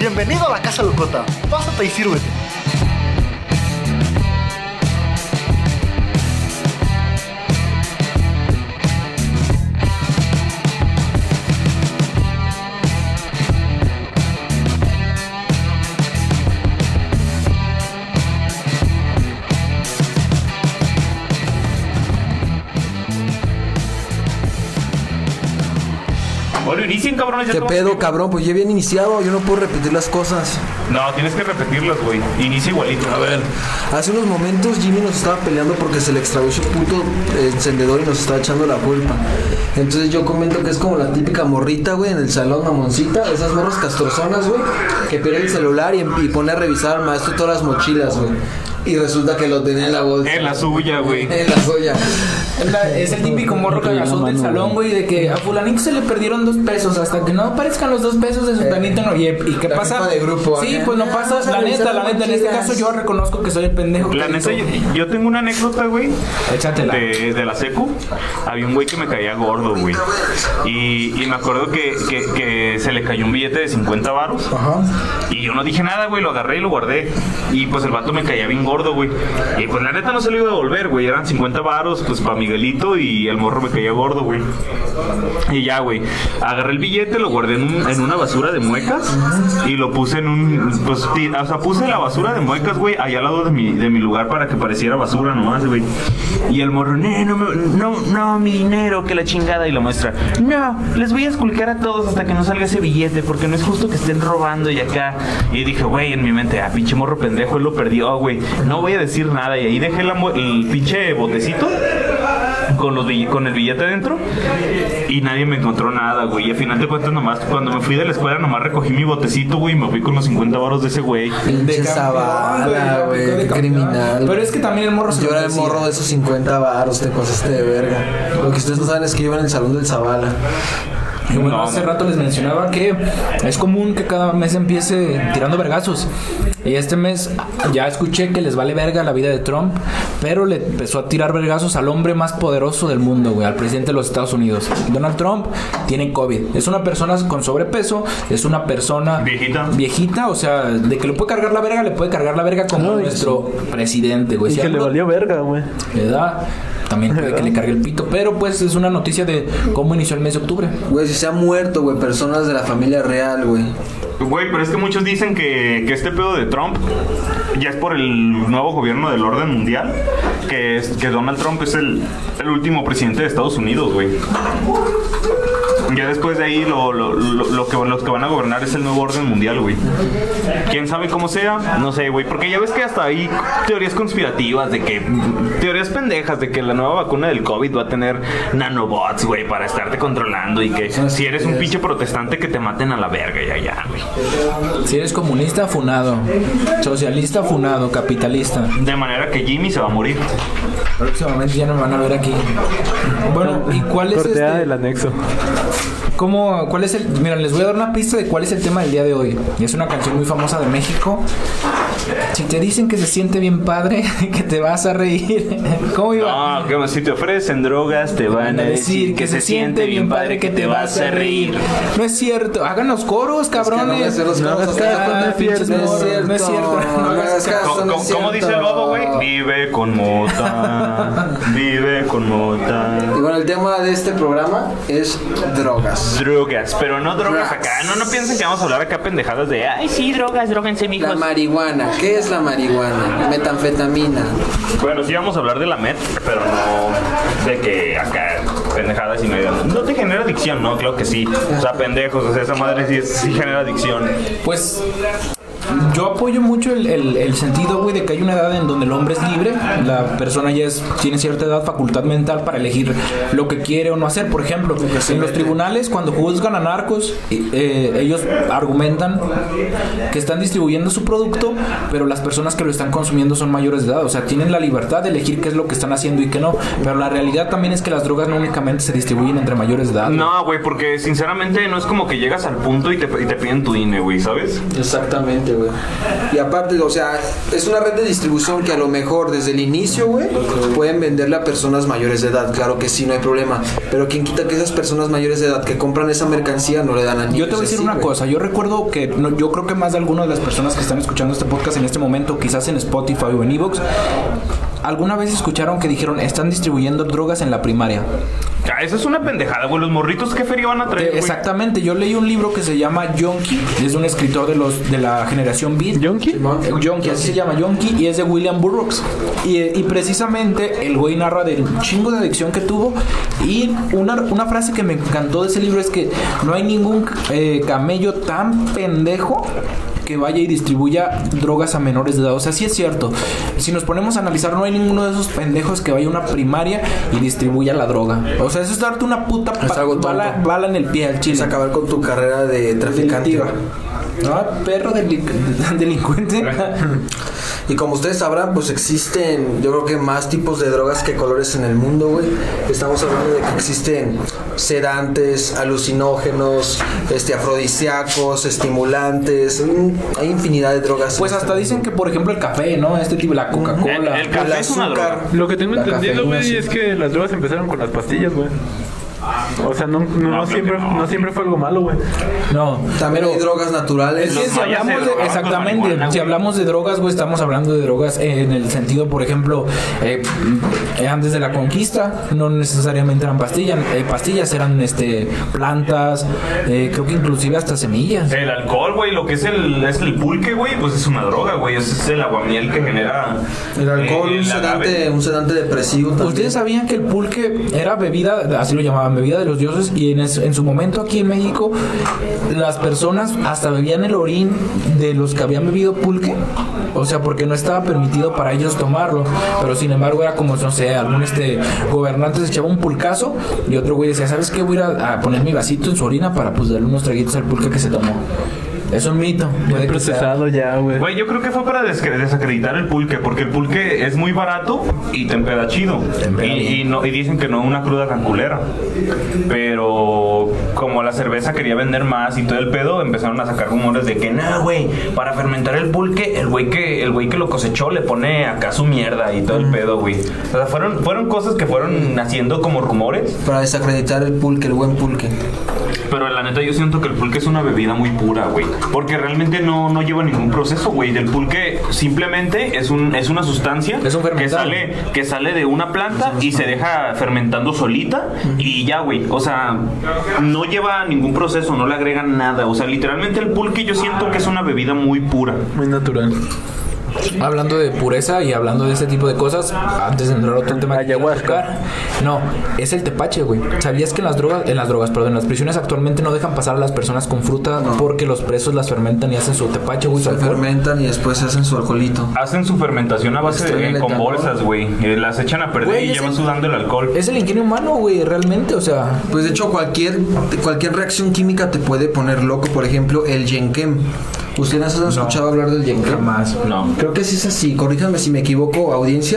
Bienvenido a la Casa Locota. Pásate y sírvete. Bueno, inicien, cabrones. ¿Qué pedo, cabrón? Pues ya bien iniciado, yo no puedo repetir las cosas. No, tienes que repetirlas, güey. Inicia igualito. A ver, hace unos momentos Jimmy nos estaba peleando porque se le extravió su puto encendedor y nos estaba echando la culpa. Entonces yo comento que es como la típica morrita, güey, en el salón, mamoncita, esas morras castrozonas, güey, que pierde el celular y pone a revisar al maestro todas las mochilas, güey. Y resulta que lo tenía en la bolsa. En la suya, güey. En la suya. Es el típico morro cagazón del salón, güey, de que a fulanito se le perdieron 2 pesos hasta que no aparezcan los 2 pesos de su tanito. No, ¿y qué la pasa? De grupo, sí, pues no pasa. La neta, en este caso yo reconozco que soy el pendejo. La neta, yo tengo una anécdota, güey. Échatela. De la secu. Había un güey que me caía gordo, güey. Y me acuerdo que se le cayó un billete de 50 varos. Ajá. Y yo no dije nada, güey. Lo agarré y lo guardé. Y pues el vato me caía bien gordo, güey. Y pues la neta no se lo iba a devolver, güey. Eran 50 varos, pues para Miguelito. Y el morro me caía gordo, güey. Y ya, güey. Agarré el billete, lo guardé en una basura de muecas. Y lo puse en un... Pues, o sea, puse la basura de muecas, güey, allá al lado de mi lugar para que pareciera basura nomás, güey. Y el morro, no, mi dinero, que la chingada. Y la maestra, no, les voy a esculcar a todos hasta que no salga ese billete, porque no es justo que estén robando y acá. Y dije, güey, en mi mente, pinche morro pendejo, él lo perdió, güey. No voy a decir nada. Y ahí dejé el pinche botecito con el billete dentro y nadie me encontró nada, güey. Y al final de cuentas, nomás cuando me fui de la escuela, nomás recogí mi botecito, güey, y me fui con los 50 varos de ese güey. Pinche Zavala, güey, criminal. Pero es que también el morro se yo era el morro de esos 50 varos, te pasaste de verga. Lo que ustedes no saben es que yo iba en el salón del Zavala. Y bueno, hace rato les mencionaba que es común que cada mes empiece tirando vergazos. Y este mes ya escuché que les vale verga la vida de Trump, pero le empezó a tirar vergazos al hombre más poderoso del mundo, güey, al presidente de los Estados Unidos. Donald Trump tiene COVID. Es una persona con sobrepeso, es una persona viejita, o sea, de que le puede cargar la verga como nuestro presidente, güey. Y que le valió verga, güey. Le da... También puede que le cargue el pito. Pero pues es una noticia de cómo inició el mes de octubre. Güey, si se ha muerto, güey, personas de la familia real, güey. Güey, pero es que muchos dicen que este pedo de Trump ya es por el nuevo gobierno del orden mundial. Que Donald Trump es el último presidente de Estados Unidos, güey. Ya después de ahí los que van a gobernar es el nuevo orden mundial, güey. ¿Quién sabe cómo sea? No sé, güey. Porque ya ves que hasta hay teorías conspirativas teorías pendejas de que la nueva vacuna del COVID va a tener nanobots, güey, para estarte controlando. Y que si eres un pinche protestante, que te maten a la verga y allá, güey. Si eres comunista, funado. Socialista, funado. Capitalista. De manera que Jimmy se va a morir. Próximamente ya nos van a ver aquí. Bueno, ¿y cuál es el anexo? ¿Cuál es el...? Mira, les voy a dar una pista de cuál es el tema del día de hoy. Y es una canción muy famosa de México. Si te dicen que se siente bien padre, que te vas a reír. ¿Cómo iba? No, que si te ofrecen drogas, te van a decir que se siente bien padre, que te vas a reír. No es cierto. Hagan los coros, cabrones. No es cierto. ¿Cómo dice el babo, güey? Vive con mota. Vive con mota. Y bueno, el tema de este programa es drogas. Drogas, pero no drogas acá. No piensen que vamos a hablar acá pendejadas de ay, sí, droguense, mijos. La marihuana. ¿Qué es la marihuana? Metanfetamina. Bueno, sí vamos a hablar de la met, pero no de que acá pendejadas y medio. No te genera adicción, ¿no? Claro que sí. O sea, pendejos, o sea, esa madre sí genera adicción. Pues... yo apoyo mucho el sentido, güey, de que hay una edad en donde el hombre es libre. La persona ya tiene cierta edad, facultad mental para elegir lo que quiere o no hacer. Por ejemplo, en los tribunales, cuando juzgan a narcos, ellos argumentan que están distribuyendo su producto, pero las personas que lo están consumiendo son mayores de edad. O sea, tienen la libertad de elegir qué es lo que están haciendo y qué no. Pero la realidad también es que las drogas no únicamente se distribuyen entre mayores de edad. No, güey, porque sinceramente no es como que llegas al punto y te piden tu INE, güey, ¿sabes? Exactamente. güey. Y aparte, o sea, es una red de distribución que a lo mejor desde el inicio, güey, pueden venderle a personas mayores de edad. Claro que sí, no hay problema. Pero quién quita que esas personas mayores de edad que compran esa mercancía no le dan a niños. Yo te voy a decir una cosa. Yo recuerdo que yo creo que más de alguna de las personas que están escuchando este podcast en este momento, quizás en Spotify o en Evox, alguna vez escucharon que dijeron están distribuyendo drogas en la primaria. Eso es una pendejada, güey. Los morritos, ¿qué feria van a traer, güey? Exactamente. Yo leí un libro que se llama Yonki. Es un escritor de la generación Beat. ¿Yonki? Yonki, así se llama Yonki. Y es de William Burroughs. Y precisamente el güey narra del chingo de adicción que tuvo. Y una frase que me encantó de ese libro es que no hay ningún camello tan pendejo que vaya y distribuya drogas a menores de edad. O sea, sí es cierto. Si nos ponemos a analizar, no hay ninguno de esos pendejos que vaya a una primaria y distribuya la droga. O sea, eso es darte una puta bala en el pie al chile. Es acabar con tu carrera de traficante. No, perro delincuente. Y como ustedes sabrán, pues existen, yo creo que más tipos de drogas que colores en el mundo, güey. Estamos hablando de que existen sedantes, alucinógenos, afrodisíacos, estimulantes. Hay infinidad de drogas. Pues hasta dicen que, por ejemplo, el café, ¿no? Este tipo, la Coca-Cola, el café es una droga. Lo que tengo entendido, cafeína, güey, sí. es que las drogas empezaron con las pastillas, güey. O sea, no siempre fue algo malo, güey. No, También hay drogas naturales. es que si mayas hablamos se de, drogaban con exactamente, marihuana, si güey. hablamos de drogas, güey, estamos hablando de drogas en el sentido, por ejemplo, antes de la conquista, no necesariamente eran pastillas eran plantas, creo que inclusive hasta semillas. El alcohol, güey, lo que es el pulque, güey, pues es una droga, güey. Es el aguamiel que genera El alcohol, un sedante depresivo también. ¿Ustedes sabían que el pulque era bebida, así lo llamaban, bebida de los dioses? Y en su momento aquí en México, las personas hasta bebían el orín de los que habían bebido pulque. O sea, porque no estaba permitido para ellos tomarlo. Pero sin embargo era como, no sé, algún gobernante se echaba un pulcazo y otro güey decía, ¿sabes qué? Voy a ir a poner mi vasito en su orina para pues darle unos traguitos al pulque que se tomó. Es un mito. Muy procesado ya, güey. Güey, yo creo que fue para desacreditar el pulque, porque el pulque es muy barato y te empeda chido. Y dicen que no una cruda tan culera. Pero como la cerveza quería vender más y todo el pedo, empezaron a sacar rumores de que, no, güey, para fermentar el pulque, el güey que lo cosechó le pone acá su mierda y todo el pedo, güey. O sea, fueron cosas que fueron haciendo como rumores. Para desacreditar el pulque, el buen pulque. Pero la neta yo siento que el pulque es una bebida muy pura, güey. Porque realmente no lleva ningún proceso, güey. Del pulque simplemente es una sustancia Es un que fermentado. sale de una planta y se deja fermentando solita y ya, güey. O sea, no lleva ningún proceso, no le agregan nada. O sea, literalmente el pulque yo siento que es una bebida muy pura. Muy natural. Hablando de pureza y hablando de este tipo de cosas, antes de entrar a otro tema que quiero Ayahuasca. tocar, no, es el tepache, güey. ¿Sabías que en las prisiones actualmente no dejan pasar a las personas con fruta porque los presos las fermentan y hacen su tepache, güey? Se fermentan y después se hacen su alcoholito. Hacen su fermentación a base Extraen el con etanol. bolsas, güey. Las echan a perder Güey, y es ya va el- sudando el alcohol. Es el ingenio humano, güey, realmente, o sea. Pues de hecho cualquier reacción química te puede poner loco. Por ejemplo, el yenquem. ¿Ustedes han escuchado hablar del yenquem? Jamás. No. Creo que sí es así. Corríjanme si me equivoco, audiencia.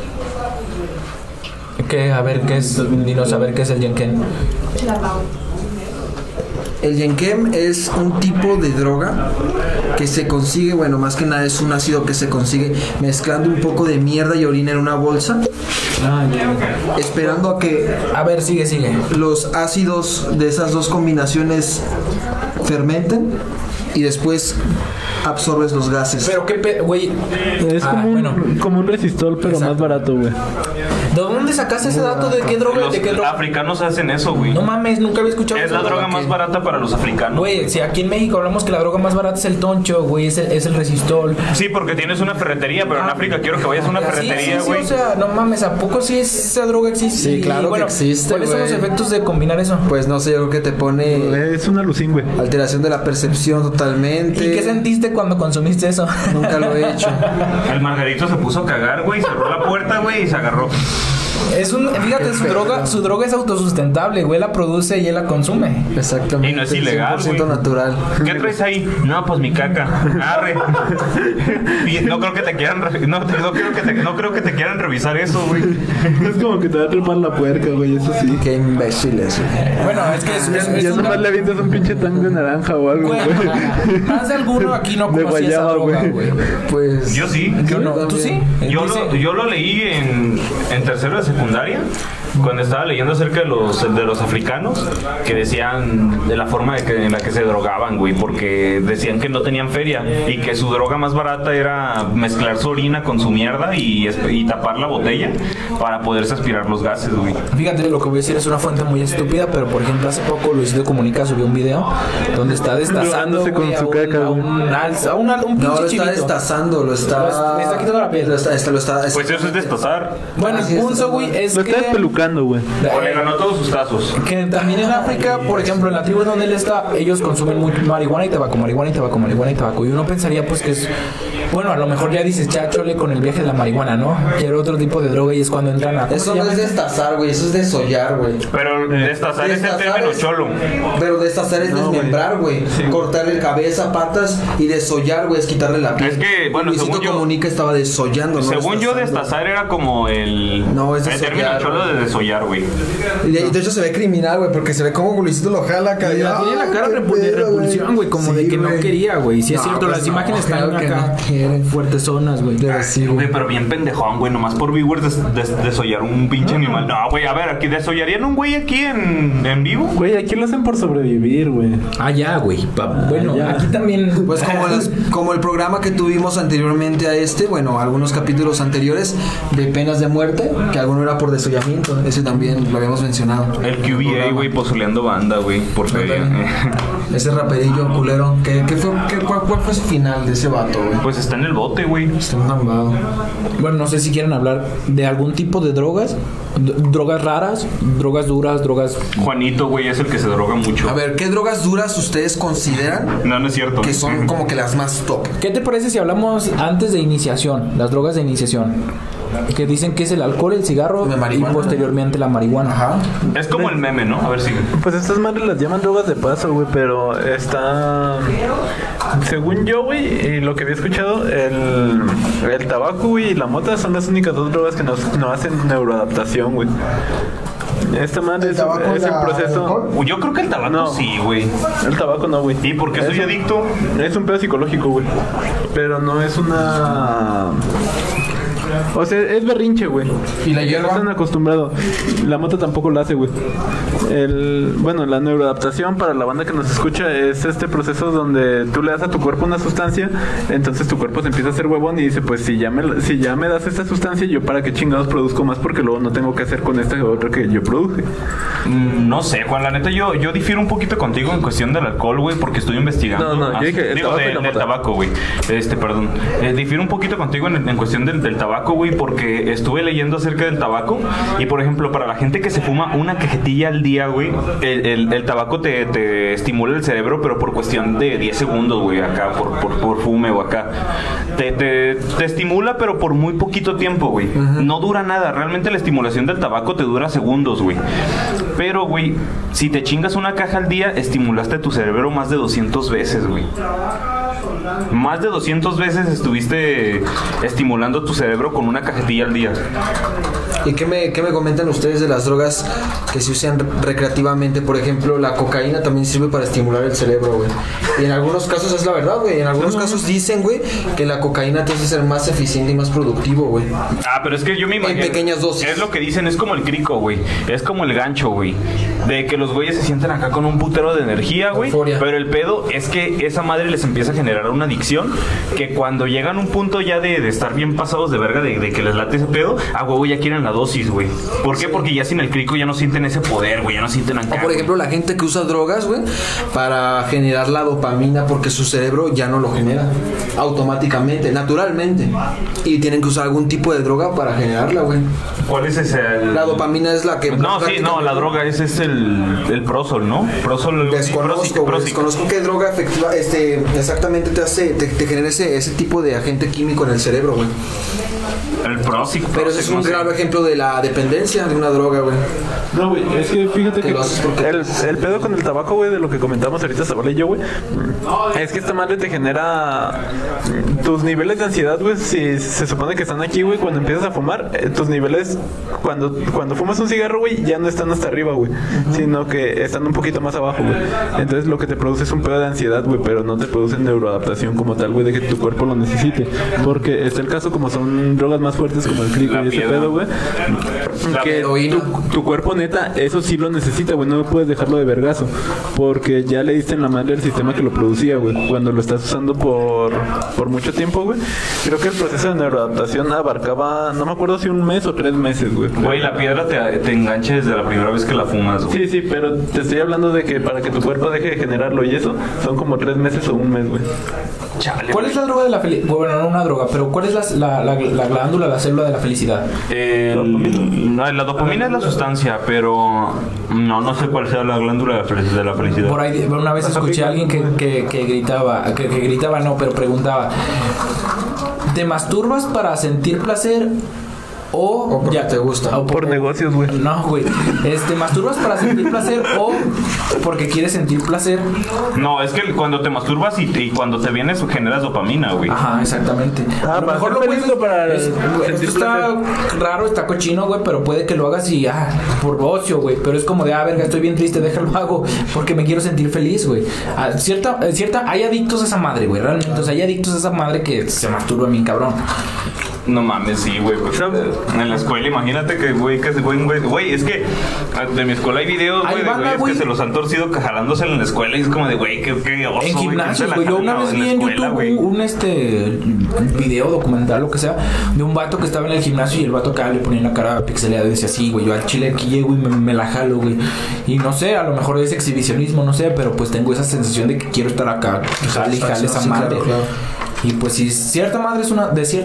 ¿Qué? A ver, ¿qué es? Dinos a ver qué es el yenken. El yenquem es un tipo de droga que se consigue, bueno, más que nada es un ácido que se consigue mezclando un poco de mierda y orina en una bolsa, esperando a que A ver, sigue. los ácidos de esas dos combinaciones fermenten y después absorbes los gases. Pero qué güey. Es como un resistol, pero Exacto. más barato, güey. ¿De dónde sacaste ese dato? ¿De qué droga? Los ¿De qué droga? africanos hacen eso, güey. No mames, nunca había escuchado Es eso. la droga ¿Qué? más barata para los africanos. Güey, si aquí en México hablamos que la droga más barata es el toncho, güey, es el resistol. Sí, porque tienes una ferretería, pero en África quiero que vayas a una ferretería, Sí, güey. o sea, no mames, ¿a poco sí esa droga existe? Sí, claro Y, que bueno, existe, ¿cuáles son los güey. efectos de combinar eso? Pues no sé, yo creo que te pone Es una lucín, güey. alteración de la percepción totalmente. ¿Y qué sentiste cuando consumiste eso? Nunca lo he hecho. El Margarito se puso a cagar, güey, cerró la puerta, güey, y se agarró. Fíjate, su droga es autosustentable, güey, la produce y él la consume. Exactamente. Y no es ilegal, 100% güey. natural. ¿Qué traes ahí? No, pues mi caca. Arre. Y no creo que te quieran no creo que te quieran revisar eso, güey. Es como que te va a trepar la puerca, güey, eso sí. Qué imbéciles, güey. Bueno, es que Ya nomás le avientas un pinche tanque de naranja o algo, güey. güey. Más de alguno aquí no De conocía esa guayaba, droga, güey. güey. Pues Yo sí. Yo no, ¿tú sí? Yo lo leí en tercero de secundaria, cuando estaba leyendo acerca de los africanos, que decían de la forma en la que se drogaban, güey, porque decían que no tenían feria y que su droga más barata era mezclar su orina con su mierda y tapar la botella para poderse aspirar los gases, güey. Fíjate, lo que voy a decir es una fuente muy estúpida, pero por ejemplo hace poco Luisito Comunica subió un video donde está destazando, Drogándose con güey, su caca, güey. un pinche no, lo está chivito. destazando, Le está quitando la piel. Lo está Pues eso es destazar. Bueno, Así el es, punto, güey, es Lo que está espelucando, güey. O le ganó todos sus tazos. que también en África, por ejemplo, en la tribu donde él está, ellos consumen mucho marihuana y tabaco, marihuana y tabaco, marihuana y tabaco. Y uno pensaría, pues, que es... Bueno, a lo mejor ya dices, chole con el viaje de la marihuana, ¿no? Quiero otro tipo de droga y es cuando entran a... ¿cómo Eso se no llama? es destazar, güey, eso es desollar, güey. Pero destazar es el término cholo. Pero destazar es desmembrar, güey. Cortarle cabeza, patas y desollar, güey, es quitarle la piel. Es que, bueno, Luisito según yo- Comunica estaba desollando, ¿no? Según yo, destazando. destazar era como el No, es término desollar, cholo güey. de desollar, güey. Y de hecho se ve criminal, güey, porque se ve como Luisito lo jala acá. Tiene la cara de repulsión, güey, como de que no quería, güey. Si es No, cierto, pues las no, imágenes están claro que acá no quieren. fuertes zonas, güey. Sí, Güey, güey. pero bien pendejón, güey. Nomás por viewers desollar un pinche animal. No, güey, a ver, aquí desollarían un güey aquí en vivo. Güey, aquí lo hacen por sobrevivir, güey. Ah, ya, güey. Bueno, ya. aquí también... Pues como el programa que tuvimos anteriormente a este, bueno, algunos capítulos anteriores de penas de muerte, que alguno era por desollamiento, ese también lo habíamos mencionado. El QBA, güey, pozoleando banda, güey, por feria. Ese raperillo culero, ¿cuál fue su final de ese vato, güey? Pues está en el bote, güey. Está mambado. Bueno, no sé si quieren hablar de algún tipo de drogas. Drogas raras, drogas duras, drogas... Juanito, güey, es el que se droga mucho. A ver, ¿qué drogas duras ustedes consideran No, no es cierto. que son como que las más top? ¿Qué te parece si hablamos antes de iniciación? Las drogas de iniciación. Que dicen que es el alcohol, el cigarro La y marihuana. posteriormente la marihuana. Ajá. Es como el meme, ¿no? A ver si... Pues estas madres las llaman drogas de paso, güey, pero está... Según yo, güey, y lo que había escuchado, el tabaco, güey, y la mota son las únicas dos drogas que nos hacen neuroadaptación, güey. Esta madre es el proceso... Yo creo que el tabaco No. sí, güey. El tabaco no, güey. ¿Y por qué soy Es un- adicto? Es un pedo psicológico, güey. Pero no es una... O sea, es berrinche, güey. ¿Y la Ya hierba? no están acostumbrados. La moto tampoco lo hace, güey. Bueno, la neuroadaptación para la banda que nos escucha es este proceso donde tú le das a tu cuerpo una sustancia, entonces tu cuerpo se empieza a hacer huevón y dice, pues si ya me das esta sustancia, yo para qué chingados produzco más porque luego no tengo que hacer con esta otra que yo produje. No sé, Juan, la neta, yo difiero un poquito contigo en cuestión del alcohol, güey, porque estoy investigando. No, yo dije el digo, tabaco y la del mota. tabaco, güey. Perdón. Difiero un poquito contigo en cuestión del tabaco, güey, porque estuve leyendo acerca del tabaco y, por ejemplo, para la gente que se fuma una cajetilla al día, güey, el tabaco te estimula el cerebro, pero por cuestión de 10 segundos, güey, acá, por fume o acá. Te estimula, pero por muy poquito tiempo, güey. No dura nada. Realmente la estimulación del tabaco te dura segundos, güey. Pero, güey, si te chingas una caja al día, estimulaste tu cerebro más de 200 veces, güey. Más de 200 veces estuviste estimulando tu cerebro con una cajetilla al día. ¿Y qué me comentan ustedes de las drogas que se usan recreativamente? Por ejemplo, la cocaína también sirve para estimular el cerebro, güey. Y en algunos casos es la verdad, güey. En algunos casos dicen, güey, que la cocaína te hace ser más eficiente y más productivo, güey. Ah, pero es que yo me imagino... pequeñas dosis. Es lo que dicen, es como el crico, güey. Es como el gancho, güey. De que los güeyes se sienten acá con un putero de energía, güey. Euforia. Pero el pedo es que esa madre les empieza a generar una adicción que cuando llegan a un punto ya de estar bien pasados de verga, de que les late ese pedo, a huevo ya quieren la dosis, güey. ¿Por qué? Porque ya sin el crico ya no sienten ese poder, güey. Ya no sienten acá, O por ejemplo, la gente que usa drogas, güey, para generar la dopamina porque su cerebro ya no lo genera automáticamente, naturalmente. Y tienen que usar algún tipo de droga para generarla, güey. ¿Cuál es ese? La dopamina es la que... No, sí, no, la droga, ese es el Prosol, ¿no? Prosol. Desconozco, güey, desconozco qué droga efectiva, exactamente te genera ese tipo de agente químico en el cerebro, güey. El Prozac. Pero ese es un claro ejemplo de la dependencia de una droga, güey. No, güey, es que fíjate que lo haces porque el pedo con el tabaco, güey, de lo que comentamos ahorita Zabala y yo, güey, es que esta madre te genera tus niveles de ansiedad, güey. Si se supone que están aquí, güey, cuando empiezas a fumar, tus niveles, cuando fumas un cigarro, güey, ya no están hasta arriba, güey, sino que están un poquito más abajo, güey. Entonces lo que te produce es un pedo de ansiedad, güey, pero no te produce neuroadaptación como tal, güey, de que tu cuerpo lo necesite. Porque está el caso como son drogas más fuertes como el crico y ese pedo, güey, que tu cuerpo neta, eso sí lo necesita, güey, no puedes dejarlo de vergazo, porque ya le diste en la madre al sistema que lo producía, güey, cuando lo estás usando por mucho tiempo, güey. Creo que el proceso de neuroadaptación abarcaba, no me acuerdo si 1 mes o 3 meses, güey. Güey, la piedra te engancha desde la primera vez que la fumas, güey. Sí, pero te estoy hablando de que para que tu cuerpo deje de generarlo y eso, son como 3 meses o 1 mes, güey. Chale, ¿Cuál es la droga de la felicidad? Bueno, no una droga, pero ¿cuál es la glándula, la célula de la felicidad? No, la dopamina es la sustancia, pero no sé cuál sea la glándula de la felicidad. Por ahí una vez escuché a alguien que gritaba, no, pero preguntaba, ¿te masturbas para sentir placer? O porque te gusta. O por negocios, güey. No, güey. ¿Masturbas para sentir placer o porque quieres sentir placer? No, es que cuando te masturbas y cuando te vienes generas dopamina, güey. Ajá, exactamente. A lo mejor lo puedes, esto está raro, está cochino, güey, pero puede que lo hagas y por ocio, güey. Pero es como de, verga, estoy bien triste, déjalo hago porque me quiero sentir feliz, güey. Hay adictos a esa madre, güey, realmente. O sea, hay adictos a esa madre que se masturban bien cabrón. No mames, sí, güey. Pues, en la escuela, imagínate que, güey, es que de mi escuela hay videos, güey, de güeyes que se los han torcido jalándose en la escuela y es como de, güey, qué oso, en gimnasios, güey. Yo una vez vi en YouTube un video documental, lo que sea, de un vato que estaba en el gimnasio y el vato acá le ponía una cara pixeleada y decía, sí, güey, yo al chile aquí llego y me la jalo, güey. Y no sé, a lo mejor es exhibicionismo, no sé, pero pues tengo esa sensación de que quiero estar acá, jale esa madre. Claro. Y pues si de cierta manera es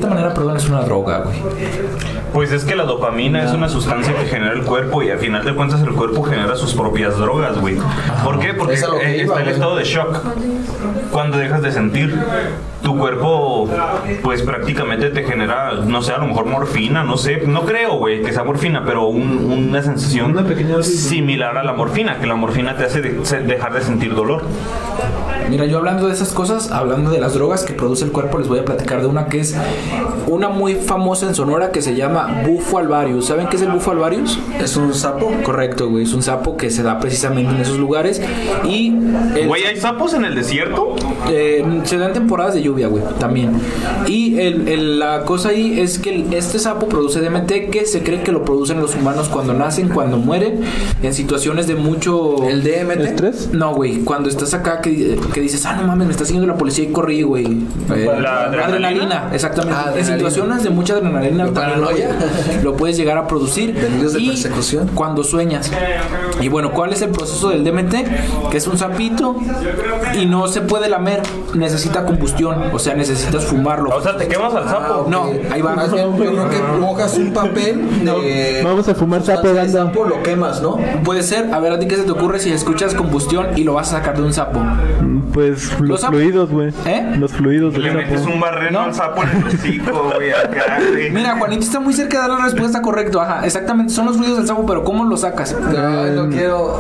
una droga, güey. Pues es que la dopamina es una sustancia que genera el cuerpo y al final de cuentas el cuerpo genera sus propias drogas, güey. ¿Por qué? Porque está el estado de shock. Cuando dejas de sentir, tu cuerpo pues prácticamente te genera, no sé, a lo mejor morfina, no sé, no creo, güey, que sea morfina, pero una sensación similar a la morfina, que la morfina te hace dejar de sentir dolor. Mira, yo hablando de esas cosas, hablando de las drogas que produce el cuerpo, les voy a platicar de una que es una muy famosa en Sonora que se llama Bufo alvarius. ¿Saben qué es el Bufo alvarius? ¿Es un sapo? Correcto, güey, es un sapo que se da precisamente en esos lugares. Y güey, ¿hay sapos en el desierto? Se dan temporadas de lluvia, güey, también. Y la cosa ahí es que este sapo produce DMT, que se cree que lo producen los humanos cuando nacen, cuando mueren, en situaciones de mucho... ¿El DMT? ¿Estrés? No, güey, cuando estás acá que dices, no mames, me está siguiendo la policía y corrí, güey. La adrenalina, exactamente. En situaciones de mucha adrenalina también lo puedes llegar a producir. Delitos de persecución. Cuando sueñas. Y bueno, ¿cuál es el proceso del DMT? Que es un sapito y no se puede lamer, necesita combustión, o sea, necesitas fumarlo. O sea, te quemas al sapo. Okay. No, ahí va. Más bien, yo creo que mojas un papel de... Vamos a fumar sapo, banda. Lo quemas, ¿no? Puede ser. A ver, ¿a ti qué se te ocurre si escuchas combustión y lo vas a sacar de un sapo? Pues los fluidos, güey. Los fluidos del Le sapo. metes un barreno al sapo en el hocico, güey, acá, güey. Mira, Juanito está muy cerca de dar la respuesta correcta. Ajá, exactamente. Son los fluidos del sapo, pero ¿cómo lo sacas? No quiero...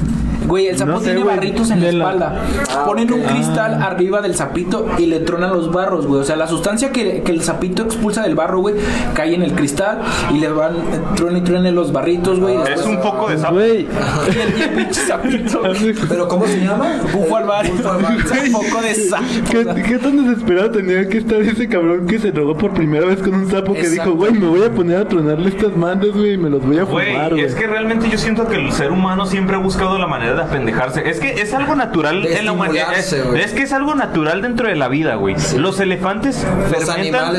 Güey, el sapo tiene barritos en la espalda. Ponen un cristal arriba del sapito y le tronan los barros, güey. O sea, la sustancia que el sapito expulsa del barro, güey, cae en el cristal y le van truene los barritos, güey. Es un poco de sapo. Güey. Y el pinche sapito. ¿Pero cómo se llama? Bufo alvarius. Un poco de sapo. ¿Qué tan desesperado tenía que estar ese cabrón que se drogó por primera vez con un sapo que dijo, güey, me voy a poner a tronarle estas manos, güey, y me los voy a fumar, güey? Es que realmente yo siento que el ser humano siempre ha buscado la manera de apendejarse. Es que es algo natural en la humanidad. Es que es algo natural dentro de la vida, güey. Sí. Los elefantes fermentan.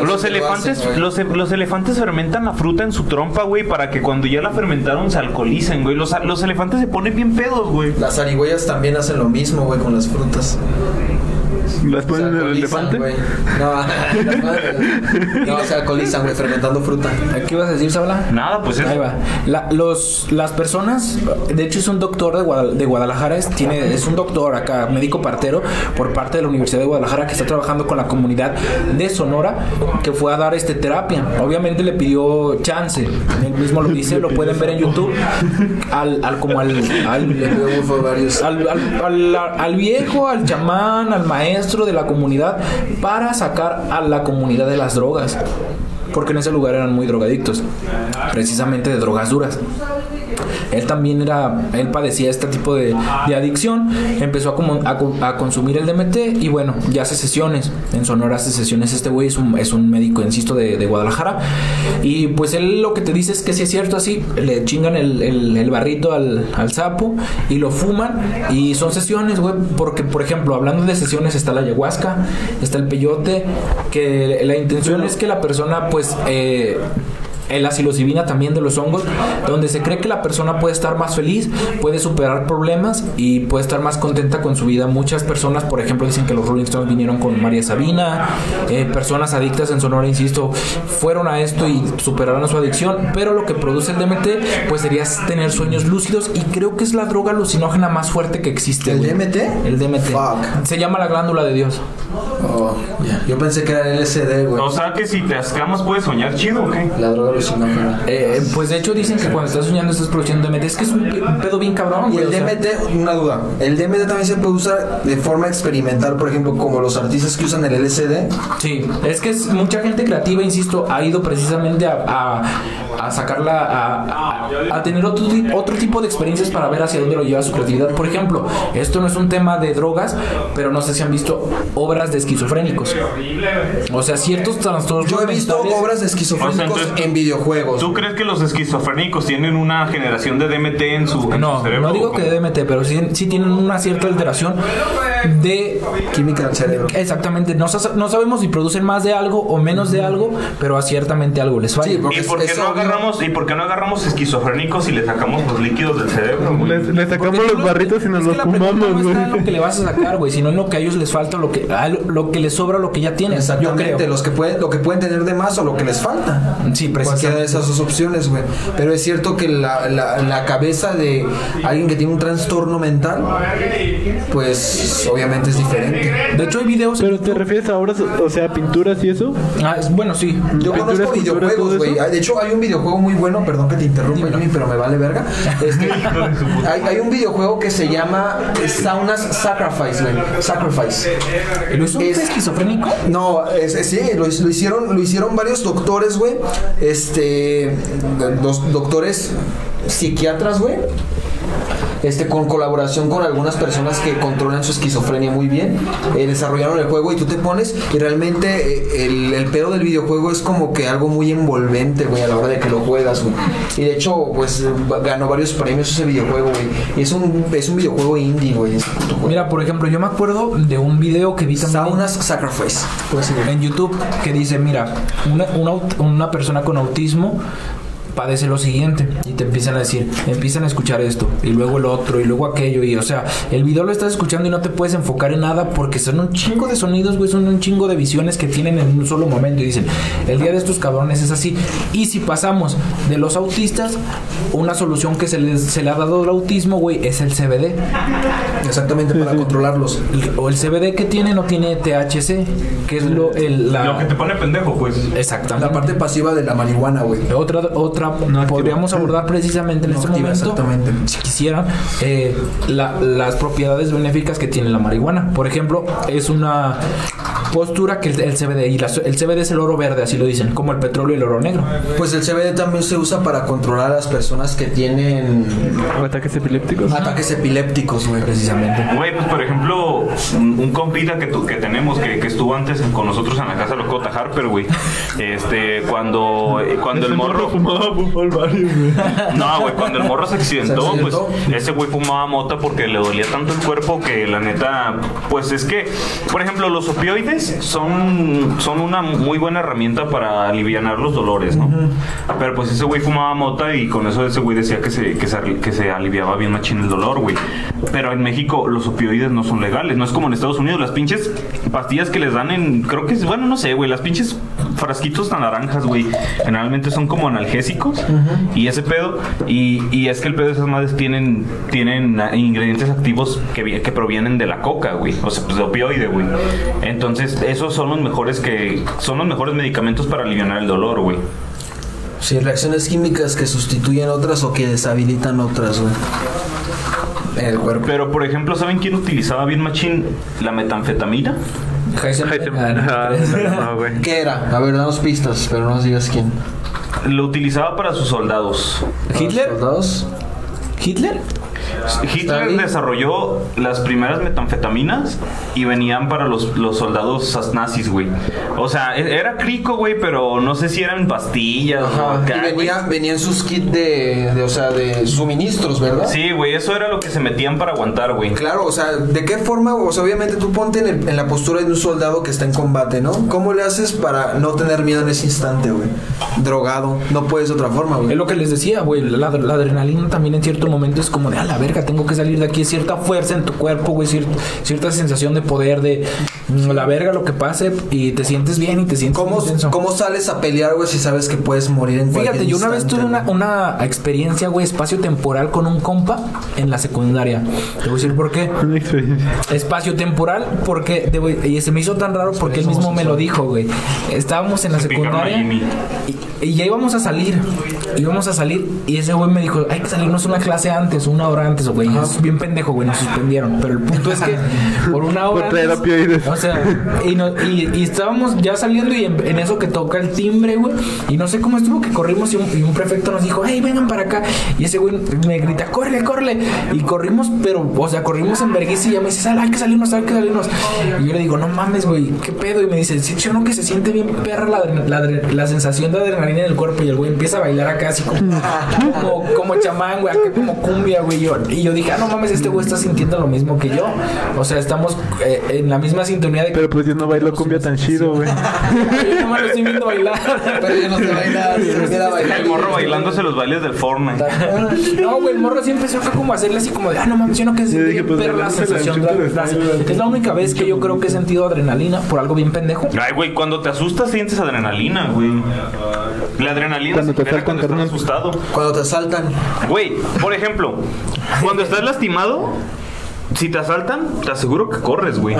Los elefantes fermentan la fruta en su trompa, güey, para que cuando ya la fermentaron se alcoholicen, güey. Los elefantes se ponen bien pedos, güey. Las zarigüeyas también hacen lo mismo, güey, con las frutas. ¿Las ponen en el alcoholizan, elefante? güey. No, se alcoholizan, güey, fermentando fruta. ¿Qué ibas a decir, Sabla? Nada, pues Ahí eso. va. Las personas, de hecho es un doctor de Guadalajara, es un doctor acá, médico partero, por parte de la Universidad de Guadalajara, que está trabajando con la comunidad de Sonora, que fue a dar terapia. Obviamente le pidió chance, él mismo lo dice, lo pueden ver en YouTube, al viejo, al chamán, al maestro de la comunidad, para sacar a la comunidad de las drogas, porque en ese lugar eran muy drogadictos, precisamente de drogas duras. Él padecía este tipo de adicción, empezó a consumir el DMT y bueno, ya hace sesiones, en Sonora hace sesiones. Este güey es un médico, insisto, de Guadalajara, y pues él lo que te dice es que si es cierto, así, le chingan el barrito al sapo y lo fuman, y son sesiones, güey, porque por ejemplo, hablando de sesiones, está la ayahuasca, está el peyote, que la intención es que la persona pues la psilocibina también de los hongos, donde se cree que la persona puede estar más feliz, puede superar problemas y puede estar más contenta con su vida. Muchas personas, por ejemplo, dicen que los Rolling Stones vinieron con María Sabina, personas adictas en Sonora, insisto, fueron a esto y superaron su adicción, pero lo que produce el DMT pues sería tener sueños lúcidos, y creo que es la droga alucinógena más fuerte que existe. ¿El güey. DMT? El DMT. Fuck. Se llama la glándula de Dios. Oh, yeah. Yo pensé que era el LSD, güey. O sea que si te ascamas puedes soñar chido, ¿o qué? La droga alucinógena. Pues de hecho dicen que cuando estás soñando estás produciendo DMT. Es que es un pedo bien cabrón, Y güey. el DMT, una duda. El DMT también se puede usar de forma experimental, por ejemplo, como los artistas que usan el LSD. Sí, es que mucha gente creativa, insisto, ha ido precisamente a sacarla, a tener otro tipo de experiencias para ver hacia dónde lo lleva su creatividad. Por ejemplo, esto no es un tema de drogas, pero no sé si han visto obras de esquizofrénicos. O sea, ciertos trastornos. Yo he visto mentales. obras de esquizofrénicos O sea, entonces, en videojuegos. ¿Tú crees que los esquizofrénicos tienen una generación de DMT en su cerebro? No digo que de DMT, pero sí tienen una cierta alteración de Química del cerebro. Exactamente, no sabemos si producen más de algo o menos de algo, pero ciertamente algo les falla. Sí, porque ¿Y por qué no agarramos esquizofrénicos y le sacamos los líquidos del cerebro, güey? Le sacamos los barritos y nos los fumamos, No güey. está en lo que le vas a sacar, güey, sino en lo que a ellos les falta, lo que les sobra, lo que ya tienen. Exactamente, Yo creo. lo que pueden tener de más o lo que les falta. Sí, Cualquiera de precisamente. esas dos opciones, güey. Pero es cierto que la cabeza de alguien que tiene un trastorno mental, pues obviamente es diferente. De hecho hay videos. Pero te refieres a obras, o sea, pinturas y eso. Bueno, sí. Yo conozco escultura, videojuegos, todo güey. eso. De hecho, hay un videojuego muy bueno, perdón que te interrumpa, Jimmy, pero me vale verga. Hay un videojuego que se llama Saunas Sacrifice, güey. Sacrifice. ¿Lo hizo un Es- esquizofrénico? No, sí, lo hicieron varios doctores, güey. Los doctores psiquiatras, güey. Con colaboración con algunas personas que controlan su esquizofrenia muy bien, desarrollaron el juego y tú te pones y realmente el pedo del videojuego es como que algo muy envolvente, güey, a la hora de que lo juegas, güey. Y de hecho, pues ganó varios premios ese videojuego, güey. Y es un videojuego indie, güey, ese puto juego. Mira, por ejemplo, yo me acuerdo de un video que vi también Saunas Sacrifice. Puedes seguir. en YouTube que dice, mira, una persona con autismo padece lo siguiente, y te empiezan a escuchar esto y luego el otro y luego aquello, y o sea, el video lo estás escuchando y no te puedes enfocar en nada porque son un chingo de sonidos, güey, son un chingo de visiones que tienen en un solo momento, y dicen, el día de estos cabrones es así. Y si pasamos de los autistas, una solución que se le ha dado al autismo, güey, es el CBD. Exactamente, para controlarlos. O el CBD que tiene no tiene THC, que es Lo que te pone pendejo, pues. exactamente. La parte pasiva de la marihuana, güey. Otra podríamos abordar precisamente en No este activa, momento, exactamente. si quisieran, las propiedades benéficas que tiene la marihuana. Por ejemplo, es una postura que el CBD, y el CBD es el oro verde, así lo dicen, como el petróleo y el oro negro. Pues el CBD también se usa para controlar a las personas que tienen O ataques epilépticos. ataques epilépticos, güey. Precisamente. Güey, pues por ejemplo, un compita que tenemos que estuvo antes con nosotros en la casa Locota Harper, güey. Cuando el morro. fumaba fútbol varios, güey. No, güey, cuando el morro se accidentó, ¿Se pues accidentó? ese güey fumaba mota porque le dolía tanto el cuerpo que la neta, pues es que, por ejemplo, los opioides pastillas son una muy buena herramienta para alivianar los dolores, ¿no? Pero pues ese güey fumaba mota y con eso ese güey decía que se aliviaba bien machín el dolor, güey. Pero en México los opioides no son legales, no es como en Estados Unidos. Las pinches pastillas que les dan creo que es, bueno, no sé, güey, las pinches frasquitos tan naranjas, güey, generalmente son como analgésicos y ese pedo, y es que el pedo de esas madres tienen ingredientes activos que provienen de la coca, güey, o sea, pues de opioide, güey. Entonces, esos son los mejores medicamentos para aliviar el dolor, güey. Sí, reacciones químicas que sustituyen otras o que deshabilitan otras, güey. El cuerpo. Pero, por ejemplo, ¿saben quién utilizaba bien machín la metanfetamina? No, güey. ¿Qué era? A ver, danos pistas, pero no nos digas quién. Lo utilizaba para sus soldados. ¿Hitler? ¿Soldados? ¿Hitler? Hitler desarrolló las primeras metanfetaminas y venían para los soldados nazis, güey. O sea, era crico, güey, pero no sé si eran pastillas. Ajá. O acá, Y venían sus kits de suministros, ¿verdad? Sí, güey, eso era lo que se metían para aguantar, güey. Claro, o sea, ¿de qué forma? O sea, obviamente tú ponte en la postura de un soldado que está en combate, ¿no? ¿Cómo le haces para no tener miedo en ese instante, güey? Drogado, no puedes de otra forma, güey. Es lo que les decía, güey, la adrenalina también en cierto momento es como de, a la verga, tengo que salir de aquí, cierta fuerza en tu cuerpo, güey, cierta sensación de poder, de la verga lo que pase, y te sientes bien y te sientes intenso. ¿Cómo sales a pelear, güey, si sabes que puedes morir en cualquier Fíjate, yo una vez tuve instante, una experiencia, güey, espacio-temporal con un compa en la secundaria. Te voy a decir por qué. Una experiencia. Espacio-temporal, porque y se me hizo tan raro porque él mismo me lo dijo, güey. Estábamos en la secundaria y ya íbamos a salir. Y ese güey me dijo, hay que salirnos una clase antes, una hora antes, güey. Es bien pendejo, güey, nos suspendieron. Pero el punto es que por una hora Por traer opioides. o sea, y estábamos ya saliendo y en eso que toca el timbre, güey. Y no sé cómo estuvo que corrimos y un prefecto nos dijo, hey, vengan para acá. Y ese güey me grita, córrele. Y corrimos, pero, o sea, corrimos en vergüenza y ya me dice, hay que salirnos. Y yo le digo, no mames, güey, ¿qué pedo? Y me dice, sí, ¿no? Que se siente bien perra la sensación de adrenalina en el cuerpo. Y el güey empieza a bailar acá así como chamán, güey, acá como cumbia, güey. Y yo dije, no mames, este güey está sintiendo lo mismo que yo. O sea, estamos en la misma sintonía de... Pero pues yo no bailo cumbia tan chido, güey. Yo nomás lo estoy viendo bailar. Pero yo no sé bailar, yo no sé bailar. El morro bailándose los bailes del Fortnite. No, güey, el morro sí empezó acá como a hacerle así como de, no mames, yo no que se Yo dije, siente pues, pero la no sé, sensación la de chuta es la única vez que yo creo que he sentido adrenalina por algo bien pendejo. Ay, güey, cuando te asustas sientes adrenalina, güey. La adrenalina Cuando te libera asaltan, cuando estás carnal. asustado. Cuando te asaltan. Güey, por ejemplo, cuando estás lastimado, si te asaltan, te aseguro que corres, güey.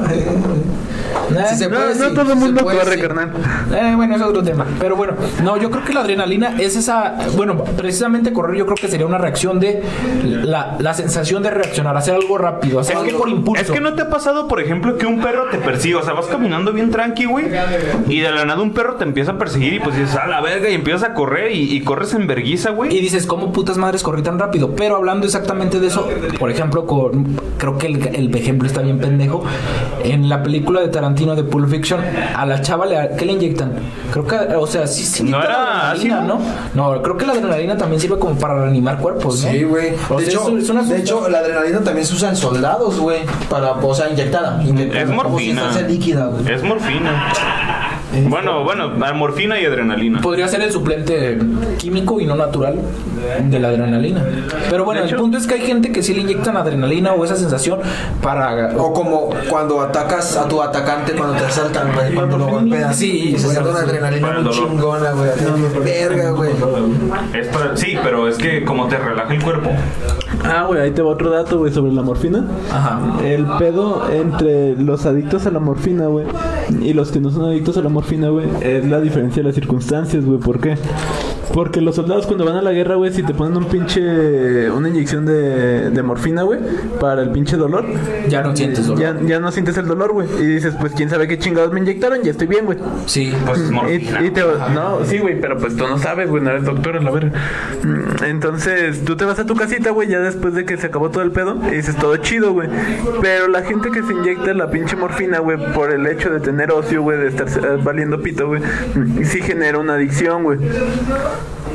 Si se puede, No sí, todo el si mundo se puede, corre, sí. carnal. Bueno, es otro tema. Pero bueno, no, yo creo que la adrenalina es esa. Bueno, precisamente correr, yo creo que sería una reacción de la sensación de reaccionar, hacer algo rápido, hacer algo por impulso. Es que no te ha pasado, por ejemplo, que un perro te persigue. O sea, vas caminando bien tranqui, güey, y de la nada un perro te empieza a perseguir y pues dices, a la verga, y empiezas a correr y corres en verguiza, Y güey. dices, ¿cómo putas madres corrí tan rápido? Pero hablando exactamente de eso, por ejemplo, creo que el ejemplo está bien pendejo. En la película de Tarantino de Pulp Fiction, a la chava ¿qué le inyectan? Creo que, o sea, sí ¿No inyectan era adrenalina, ácido? ¿no? No, creo que la adrenalina también sirve como para reanimar cuerpos, ¿no? Sí, güey. O De sea, hecho, es una de hecho, la adrenalina también se usa en soldados, güey. O sea, inyectada. Es Como morfina. sustancia líquida, güey. Es morfina. Bueno, morfina y adrenalina. Podría ser el suplente químico y no natural de la adrenalina. Pero bueno, De hecho, el punto es que hay gente que sí le inyectan adrenalina o esa sensación para... O como cuando atacas a tu atacante cuando te asaltan, güey, cuando lo golpeas. Sí, y se bueno, siente una sí. adrenalina Para el muy dolor. chingona, güey. Verga, güey. Sí, pero es que como te relaja el cuerpo. Güey, ahí te va otro dato, güey, sobre la morfina. Ajá. El pedo entre los adictos a la morfina, güey, y los que no son adictos a la morfina, güey, es la diferencia de las circunstancias, güey. ¿Por qué? Porque los soldados cuando van a la guerra, güey, si te ponen una inyección de morfina, güey, para el pinche dolor, Ya no sientes dolor. ya no sientes el dolor, güey. Y dices, pues quién sabe qué chingados me inyectaron, ya estoy bien, güey. Sí. Pues es morfina. No, sí, güey, pero pues tú no sabes, güey, no eres doctor, a la verga. Entonces, tú te vas a tu casita, güey, ya después de que se acabó todo el pedo, y dices, todo chido, güey. Pero la gente que se inyecta la pinche morfina, güey, por el hecho de tener ocio, güey, de estar valiendo pito, güey, sí genera una adicción, güey.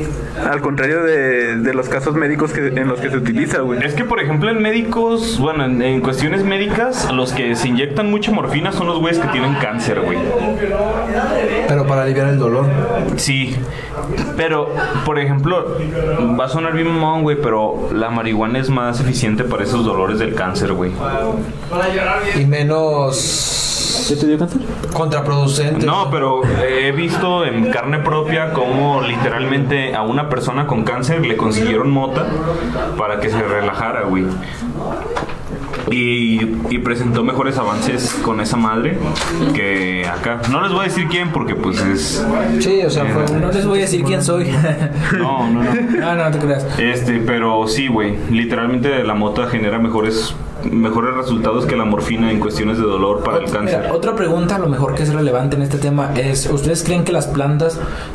Al contrario de los casos médicos en los que se utiliza, güey. Es que, por ejemplo, en médicos, bueno, en cuestiones médicas, los que se inyectan mucha morfina son los güeyes que tienen cáncer, güey. Pero para aliviar el dolor. Sí, pero, por ejemplo, va a sonar bien mamón, güey, pero la marihuana es más eficiente para esos dolores del cáncer, güey. Y menos... ¿Qué te dio cáncer? Contraproducente. No, pero he visto en carne propia cómo literalmente a una persona con cáncer le consiguieron mota para que se relajara, güey. Y presentó mejores avances con esa madre que acá. No les voy a decir quién porque pues es... Sí, o sea, No les voy a decir quién soy. No. No te creas. Pero sí, güey. Literalmente la mota genera mejores resultados que la morfina en cuestiones de dolor para el cáncer. Mira, otra pregunta, a lo mejor que es relevante en este tema es: ¿ustedes creen que las plantas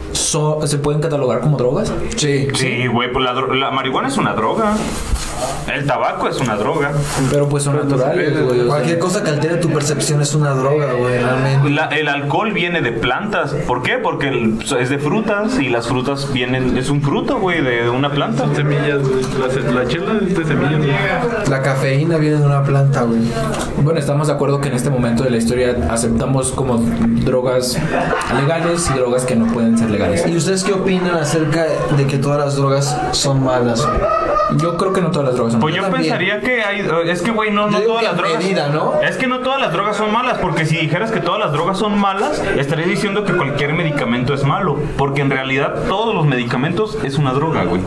se pueden catalogar como drogas? Sí. Sí, güey, pues la marihuana es una droga. El tabaco es una droga. Pero pues son naturales, güey. Cualquier cosa que altere tu percepción es una droga, güey, realmente. El alcohol viene de plantas. ¿Por qué? Porque es de frutas y las frutas es un fruto, güey, de una planta. Son semillas, güey. La chela es de semillas, güey. La cafeína viene de una planta, güey. Bueno, estamos de acuerdo que en este momento de la historia aceptamos como drogas legales y drogas que no pueden ser legales. ¿Y ustedes qué opinan acerca de que todas las drogas son malas? Yo creo que no todas las drogas son Pues yo también. pensaría que hay... Es que, güey, no Yo digo todas que las en drogas... medida, ¿no? Es que no todas las drogas son malas, porque si dijeras que todas las drogas son malas, estarías diciendo que cualquier medicamento es malo. Porque en realidad todos los medicamentos es una droga, güey.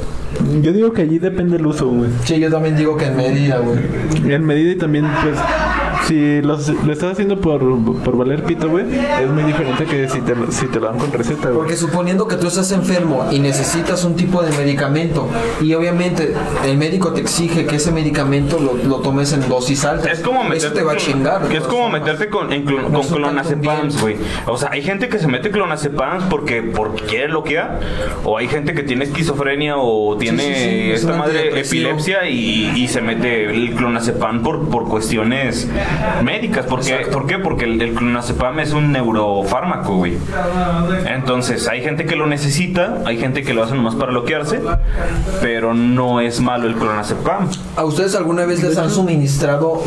Yo digo que allí depende el uso, güey. Sí, yo también digo que en medida, güey. En medida y también, pues, si lo estás haciendo por valer pito, güey, es muy diferente que si te lo dan con receta, güey. Porque suponiendo que tú estás enfermo y necesitas un tipo de medicamento y obviamente el médico te exige que ese medicamento lo tomes en dosis altas. Es como meterte Eso te va a chingar. Que es como meterte con clonazepams, güey. O sea, hay gente que se mete clonazepams porque quiere bloquear, o hay gente que tiene esquizofrenia o tiene sí, es esta un madre antidepresivo. epilepsia y se mete el clonazepam por cuestiones médicas. ¿Por qué? Porque el clonazepam es un neurofármaco, güey. Entonces, hay gente que lo necesita, hay gente que lo hace nomás para bloquearse, pero no es malo el clonazepam. ¿A ustedes alguna vez les han suministrado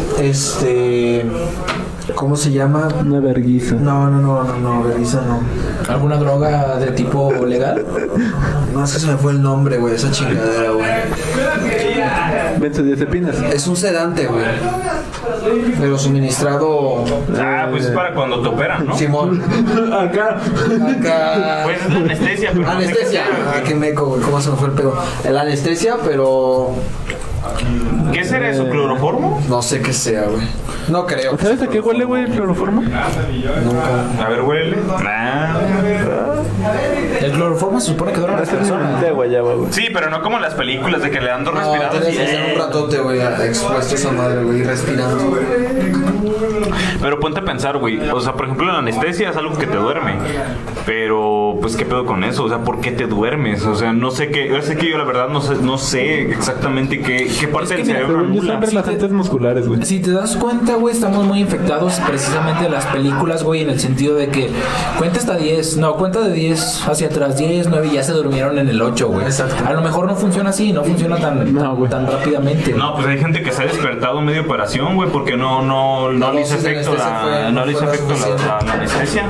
¿cómo se llama? Una verguiza. No, vergüenza no. ¿Alguna droga de tipo legal? No, es que se me fue el nombre, güey, esa chingadera, güey. Benzodiazepinas. Es un sedante, güey. Pero suministrado... Pues es para cuando te operan, ¿no? Simón. Acá. Pues es la anestesia, pero no sé qué Anestesia. sea. Qué meco, güey, cómo se me fue el pedo. La anestesia, pero... ¿Qué será eso? ¿Cloroformo? No sé qué sea, güey. No creo. ¿Sabes a qué huele, güey, el cloroformo? Nunca. A ver, huele. El cloroformo se supone que dura a las personas. De guayaba, güey. Sí, pero no como en las películas de que le dan dos No, respiradas. tienes que hacer un ratote, güey, expuesto a esa madre, güey, respirando. Pero ponte a pensar, güey. O sea, por ejemplo, la anestesia es algo que te duerme. Pero, pues, ¿qué pedo con eso? O sea, ¿por qué te duermes? O sea, no sé qué. Yo sé que yo, la verdad, no sé exactamente qué parte del cerebro Según yo, son anula. relajantes musculares, güey. Si te das cuenta, güey, estamos muy infectados precisamente de las películas, güey, en el sentido de que cuenta hasta 10, no, cuenta de 10 hacia atrás, 10, 9 y ya se durmieron en el 8, güey. Exacto. A lo mejor no funciona así, no funciona tan rápidamente. No, pues hay gente que se ha despertado medio operación, güey, porque no le hizo dosis de efecto anestesia no le hizo fue efecto suficiente. la anestesia.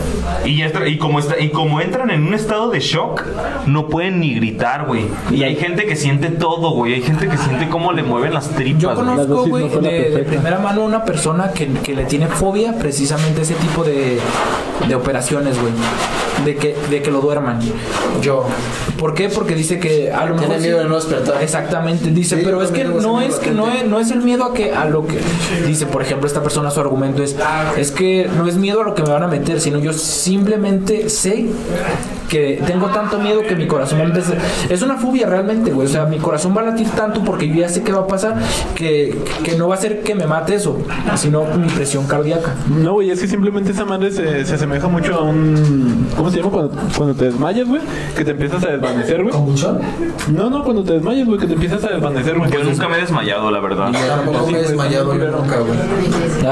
Y como entran en un estado de shock, no pueden ni gritar, güey. Y hay gente que siente todo, güey. Hay gente que siente cómo le mueven las Yo tripas, güey. conozco, dosis güey, no fue la de perfecta. primera mano una persona que le tiene fobia precisamente a ese tipo de operaciones, güey. De que lo duerman. Yo. ¿Por qué? Porque dice que a lo mejor Tiene miedo de no despertar. Exactamente, dice, Sí, pero yo es que también no tengo es ese que miedo no es el miedo a lo que dice, por ejemplo, esta persona, su argumento es que no es miedo a lo que me van a meter, sino yo simplemente sé que tengo tanto miedo que mi corazón va a empezar. Es una fobia realmente, güey. O sea, mi corazón va a latir tanto porque yo ya sé qué va a pasar, que no va a ser que me mate eso, sino mi presión cardíaca. No, güey, es que simplemente esa madre se asemeja mucho a un... ¿Cómo se llama? Cuando te desmayas, güey, que te empiezas a desvanecer, güey. ¿Convulsión? No, cuando te desmayas, güey, que te empiezas a desvanecer, güey. Pues nunca me he desmayado, la verdad. Tampoco me he desmayado yo nunca, güey.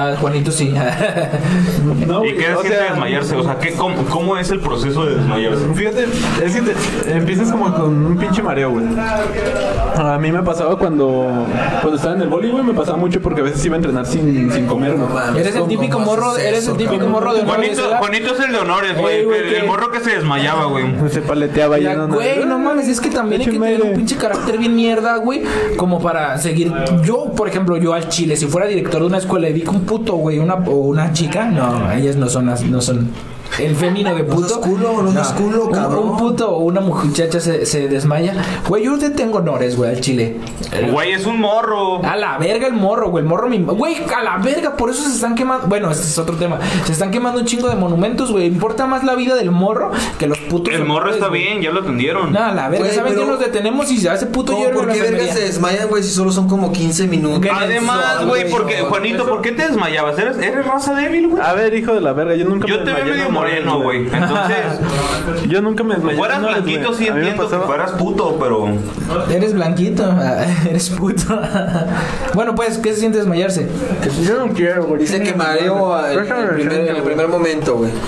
Juanito sí. No, ¿Y qué siente desmayarse? O sea, ¿cómo es el proceso de desmayarse? Fíjate, es que empiezas como con un pinche mareo, güey. A mí me pasaba cuando estaba en el boli, güey, me pasaba mucho porque a veces iba a entrenar sin comer, güey. Eres el típico morro de honores. Juanito es el de honores, güey. El morro que se desmayaba, güey. Se paleteaba ya, güey, no mames, es que también hay que tener un pinche carácter bien mierda, güey, como para seguir. Yo, por ejemplo, yo al chile, si fuera director de una escuela y vi que un puto, güey, una chica, no, ellas no son el femino de puto. No es culo, cabrón. Un puto o una muchacha se desmaya. Güey, yo te tengo honores, güey, al chile. Güey, es un morro. A la verga el morro, güey. El morro güey, a la verga. Por eso se están quemando. Bueno, este es otro tema. Se están quemando un chingo de monumentos, güey. Importa más la vida del morro que los putos. El morro está güey. Bien, ya lo atendieron. No, la verga. Güey, ¿Saben que nos detenemos y se hace puto lloro? ¿Por qué verga se desmayan, güey, si solo son como 15 minutos? Además, güey, porque, Juanito, ¿por qué te desmayabas? ¿Eres raza débil, güey? A ver, hijo de la verga, yo nunca Yo te veo medio moreno, güey. Entonces, yo nunca me desmayé. Fueras blanquito, sí entiendo que fueras puto, pero. Eres blanquito, eres puto. Bueno, pues, ¿qué se siente desmayarse? Yo no quiero, güey. Dice que mareo en el primer momento, güey.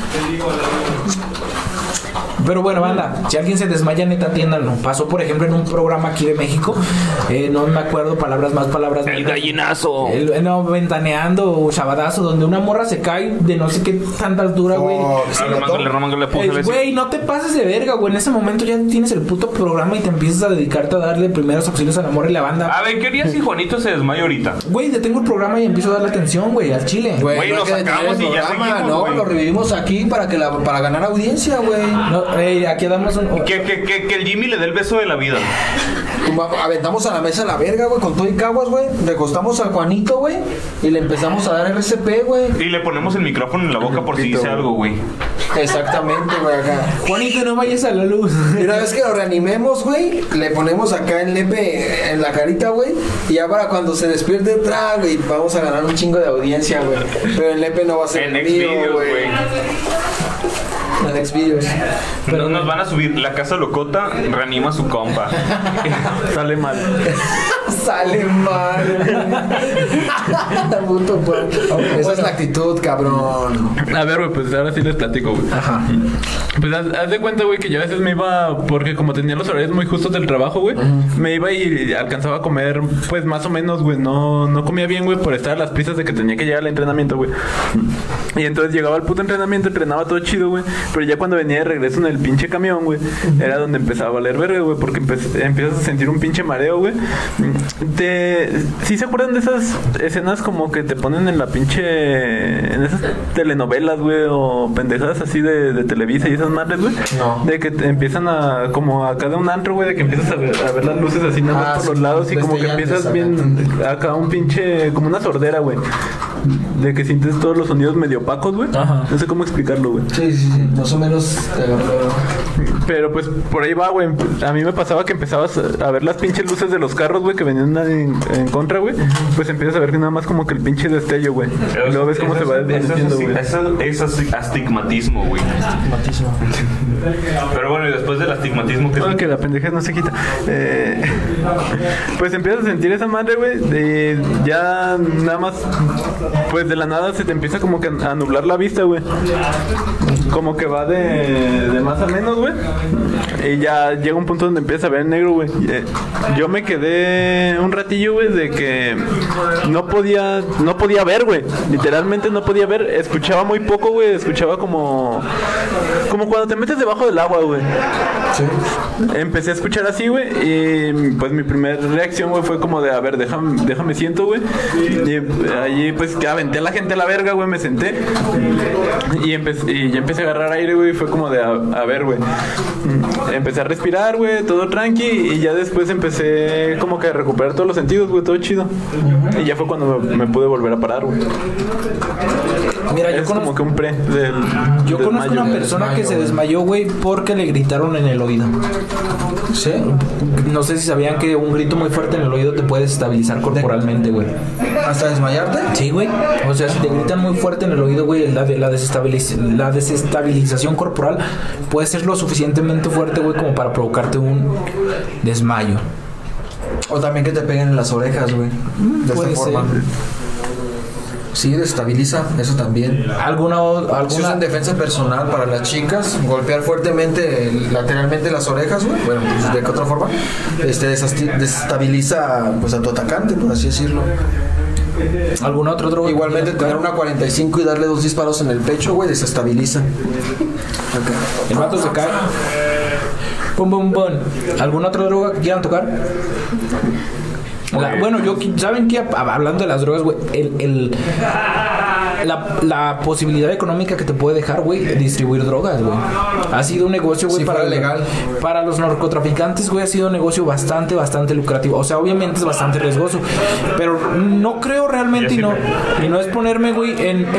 Pero bueno, banda, si alguien se desmaya, neta, atiéndanlo. Pasó, por ejemplo, en un programa aquí de México. No me acuerdo, palabras más, palabras menos. El gallinazo. No, ventaneando o chabadazo, donde una morra se cae de no sé qué tanta altura, güey. Güey, no te pases de verga, güey. En ese momento ya tienes el puto programa y te empiezas a dedicarte a darle primeros auxilios a la morra y la banda. A ver, ¿qué harías si Juanito se desmaya ahorita? Güey, detengo el programa y empiezo a darle atención, güey, al chile. Güey, lo sacamos y ya seguimos, no, güey. lo revivimos aquí para ganar audiencia, güey. No, aquí damos un... Que el Jimmy le dé el beso de la vida. Aventamos a la mesa la verga, güey, con todo y caguas, güey. Recostamos al Juanito, güey, y le empezamos a dar RCP, güey. Y le ponemos el micrófono en la boca por si dice algo, güey. Exactamente, güey, acá. Juanito, no vayas a la luz. Y una vez que lo reanimemos, güey, le ponemos acá el nepe en la carita, güey. Y ya para cuando se despierte, güey, vamos a ganar un chingo de audiencia, güey. Pero el nepe no va a ser En mío, Xvideos, güey. En Xvideos. Pero nos van a subir La Casa Locota, reanima a su compa. Sale mal. Sale mal. Puto, pues. Esa es la actitud, cabrón. A ver, güey, pues ahora sí les platico, güey. Ajá. Pues haz de cuenta, güey, que yo a veces me iba, porque como tenía los horarios muy justos del trabajo, güey, me iba y alcanzaba a comer, pues más o menos, güey, no comía bien, güey, por estar a las prisas de que tenía que llegar al entrenamiento, güey. Y entonces llegaba al puto entrenamiento, entrenaba todo chido, güey, pero ya cuando venía de regreso en el pinche camión, güey, era donde empezaba a valer verga, güey, porque empiezas a sentir un pinche mareo, güey. ¿Sí se acuerdan de esas escenas como que te ponen en la pinche, en esas telenovelas, güey, o pendejadas así de Televisa y esas madres, güey? No. De que te empiezan a, como acá de un antro, güey, de que empiezas a ver las luces así nada más por sí, los lados y como que empiezas bien acá un pinche, como una sordera, güey. De que sientes todos los sonidos medio opacos, güey. Ajá. No sé cómo explicarlo, güey. Sí. Más o menos te agarró. Pero pues por ahí va, güey. A mí me pasaba que empezabas a ver las pinches luces de los carros, güey, que venían en contra, güey. Pues empiezas a ver que nada más como que el pinche destello, güey. Y luego ves cómo se va desvaneciendo, güey. Es astigmatismo, güey. Matísimo. Pero bueno, y después del astigmatismo, ¿qué Que la pendeja no se quita. Pues empiezas a sentir esa madre, güey. Ya nada más, pues de la nada se te empieza como que a nublar la vista, güey. Como que va de más a menos, güey. Y ya llega un punto donde empiezas a ver negro, güey. Yo me quedé un ratillo, güey, de que no podía ver, güey. Literalmente no podía ver. Escuchaba muy poco, güey. Escuchaba como cuando te metes debajo del agua, güey. Sí. Empecé a escuchar así, güey. Y pues mi primera reacción, güey, fue como de, a ver, déjame siento, güey. Y allí, pues, que aventé a la gente a la verga, güey. Me senté. Y ya empecé a agarrar aire, güey. Fue como de, a ver, güey. Empecé a respirar, güey. Todo tranqui. Y ya después empecé como que a recuperar todos los sentidos, güey. Todo chido. Y ya fue cuando me pude volver a parar, güey. Mira, es como que un pre del Yo conozco desmayo. una persona que se desmayó, güey, porque le gritaron en el oído. ¿Sí? No sé si sabían que un grito muy fuerte en el oído te puede estabilizar corporalmente, güey. ¿Hasta desmayarte? Sí, güey. O sea, si te gritan muy fuerte en el oído, güey, la desestabilización corporal puede ser lo suficientemente fuerte, güey, como para provocarte un desmayo. O también que te peguen en las orejas, güey. De Puede esta forma. ser. Sí, desestabiliza, eso también. ¿Alguna Se usa en defensa personal para las chicas, golpear fuertemente lateralmente las orejas, güey. Bueno, pues, ¿de qué otra forma? Desestabiliza pues a tu atacante, por así decirlo. ¿Alguna otra droga? Igualmente tener una 45 y darle 2 disparos en el pecho, güey, desestabiliza. Okay. El vato se cae. Pum, pum, pum. ¿Alguna otra droga que quieran tocar? Bueno, ¿saben qué? Hablando de las drogas, güey, la posibilidad económica que te puede dejar, güey, distribuir drogas, güey. Ha sido un negocio, güey, si fuera legal. Para los narcotraficantes, güey, ha sido un negocio bastante lucrativo. O sea, obviamente es bastante riesgoso, pero no creo realmente, y no es ponerme, güey, en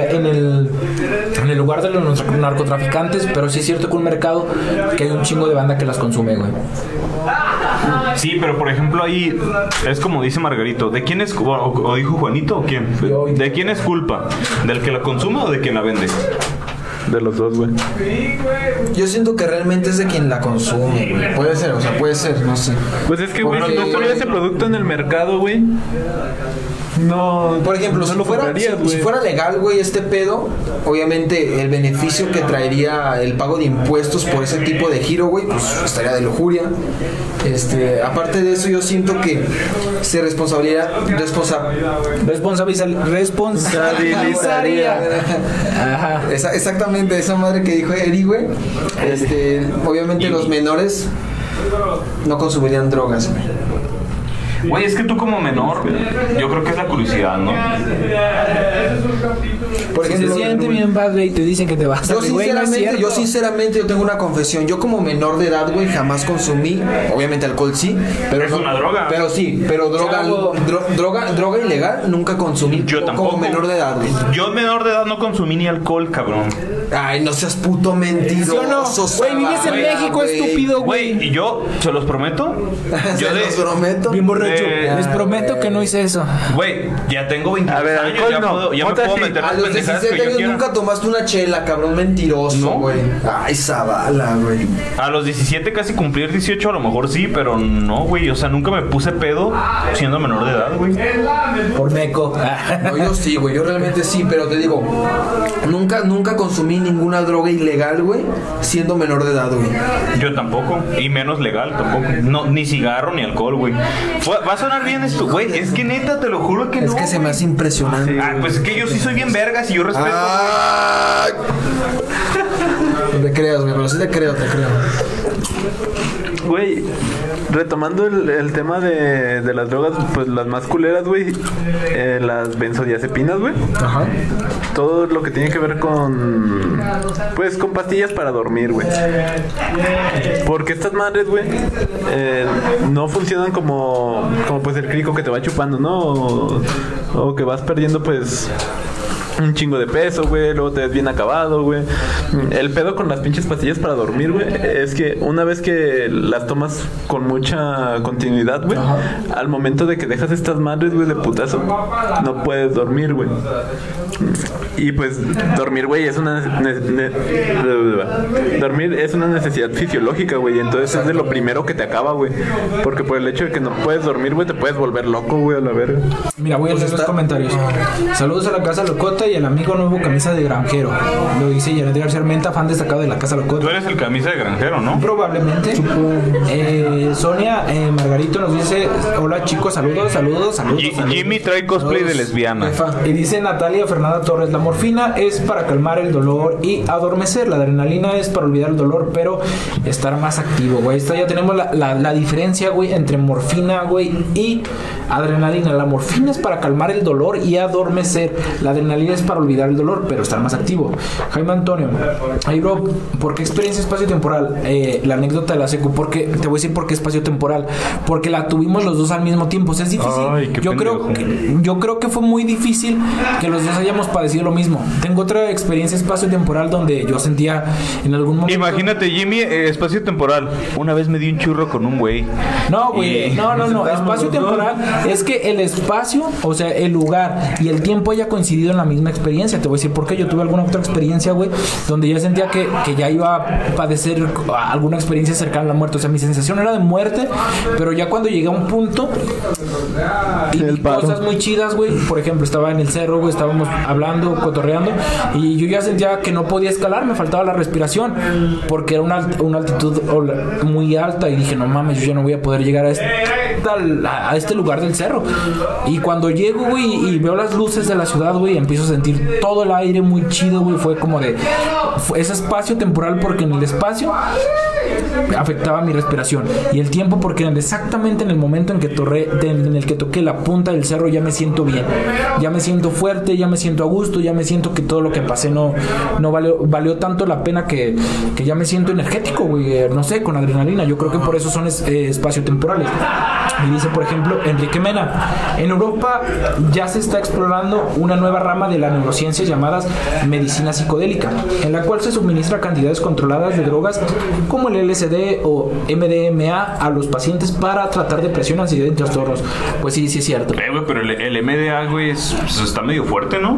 el lugar de los narcotraficantes, pero sí es cierto que un mercado que hay un chingo de banda que las consume, güey. Sí, pero por ejemplo ahí es como dice Margarito, ¿de quién es, o dijo Juanito o quién? ¿De quién es culpa? ¿Del que la consume o de quien la vende? De los dos, güey. Yo siento que realmente es de quien la consume, güey. Puede ser, no sé. Pues es que, güey, Porque- si no tuviera ese producto en el mercado, güey, no. Por ejemplo, no si lo comprarías, si güey. fuera legal, güey, este pedo, obviamente el beneficio que traería el pago de impuestos por ese tipo de giro, güey, pues estaría de lujuria. Aparte de eso, yo siento que se responsabilizaría. Ajá. Exactamente, esa madre que dijo Eri, güey. Obviamente los menores no consumirían drogas, güey. Güey, es que tú como menor, yo creo que es la curiosidad, ¿no? Por Si ejemplo, se siente bien padre y te dicen que te vas a yo sinceramente, yo tengo una confesión. Yo como menor de edad, güey, jamás consumí, obviamente alcohol sí, pero Es una droga. Pero droga ilegal nunca consumí. Yo tampoco. Como menor de edad, güey. Yo menor de edad no consumí ni alcohol, cabrón. Ay, no seas puto mentiroso. ¿Sí o no? Güey, vives en México, güey. estúpido, güey. Güey, y yo se los prometo. Se los prometo. Bien borracho. Eh, Les prometo que no hice eso. Güey, ya tengo 22 A ver, años, alcohol ya, no. ya me Otra puedo sí. meter A las los pendejadas que 17 yo años quiera. nunca tomaste una chela, cabrón mentiroso, ¿No? güey. Ay, Zabala, güey. A los 17 casi cumplir 18 a lo mejor sí, pero no, güey. O sea, nunca me puse pedo siendo menor de edad, güey. Por meco. No, yo sí, güey, yo realmente sí, pero te digo, nunca consumí ninguna droga ilegal, güey, siendo menor de edad, güey. Yo tampoco. Y menos legal tampoco. No, ni cigarro ni alcohol, güey. Va a sonar bien esto, güey. Es que neta, te lo juro que Es no. que se me güey. hace impresionante. Ah, pues es que yo sí soy bien vergas y yo respeto. Ay. No te creas, güey, pero sí te creo. Güey, retomando el tema de las drogas, pues las más culeras, güey, las benzodiazepinas, güey. Ajá. Todo lo que tiene que ver con, pues, con pastillas para dormir, güey. Porque estas madres, güey, no funcionan como pues el crico que te va chupando, ¿no? O que vas perdiendo, pues, un chingo de peso, güey, luego te ves bien acabado, güey. El pedo con las pinches pastillas para dormir, güey, es que una vez que las tomas con mucha continuidad, güey, al momento de que dejas estas madres, güey, de putazo, no puedes dormir, güey. Y pues dormir, güey, es una dormir es una necesidad fisiológica, güey, entonces es de lo primero que te acaba, güey. Porque por el hecho de que no puedes dormir, güey, te puedes volver loco, güey, a la verga. Mira, voy a leer los comentarios. Saludos a la Casa Locota y el amigo nuevo camisa de granjero. Lo dice Janet García Armenta, fan destacado de la Casa Tú Locota. eres el camisa de granjero, ¿no? Probablemente. Sonia Margarito nos dice: hola chicos, saludos. Jimmy trae cosplay de lesbiana. Y dice Natalia Fernanda Torres: la morfina es para calmar el dolor y adormecer. La adrenalina es para olvidar el dolor, pero estar más activo, güey. Esta ya tenemos la diferencia, güey, entre morfina, güey, y adrenalina. La morfina es para calmar el dolor y adormecer. La adrenalina es para olvidar el dolor, pero estar más activo. Jaime Antonio: ay, bro, ¿por qué experiencia espacio-temporal? La anécdota de la secu, porque te voy a decir por qué espacio-temporal. Porque la tuvimos los dos al mismo tiempo. O sea, es difícil. Ay, qué yo creo que fue muy difícil que los dos hayamos padecido lo mismo. mismo. Tengo otra experiencia espacio-temporal donde yo sentía en algún momento... Imagínate, Jimmy, espacio temporal. Una vez me di un churro con un güey. No, güey, no. Espacio-temporal es que el espacio, o sea, el lugar y el tiempo haya coincidido en la misma experiencia. Te voy a decir por qué. Yo tuve alguna otra experiencia, güey, donde ya sentía que ya iba a padecer alguna experiencia cercana a la muerte. O sea, mi sensación era de muerte, pero ya cuando llegué a un punto y vi cosas muy chidas, güey. Por ejemplo, estaba en el cerro, güey, estábamos hablando, cotorreando, y yo ya sentía que no podía escalar, me faltaba la respiración, porque era una altitud muy alta, y dije, no mames, yo ya no voy a poder llegar a este lugar del cerro. Y cuando llego, güey, y veo las luces de la ciudad, güey, empiezo a sentir todo el aire muy chido, güey. Fue como de ese espacio temporal, porque en el espacio afectaba mi respiración, y el tiempo porque exactamente en el momento en el que toqué la punta del cerro ya me siento bien, ya me siento fuerte, ya me siento a gusto, ya me siento que todo lo que pasé no valió tanto la pena, que ya me siento energético, güey, no sé, con adrenalina. Yo creo que por eso son espaciotemporales. Y dice, por ejemplo, Enrique Mena, en Europa ya se está explorando una nueva rama de la neurociencia llamadas medicina psicodélica, en la cual se suministra cantidades controladas de drogas como el LSD o MDMA a los pacientes para tratar depresión, ansiedad y trastornos. Pues sí, es cierto. Güey, pero el MDA, güey, está medio fuerte, ¿no?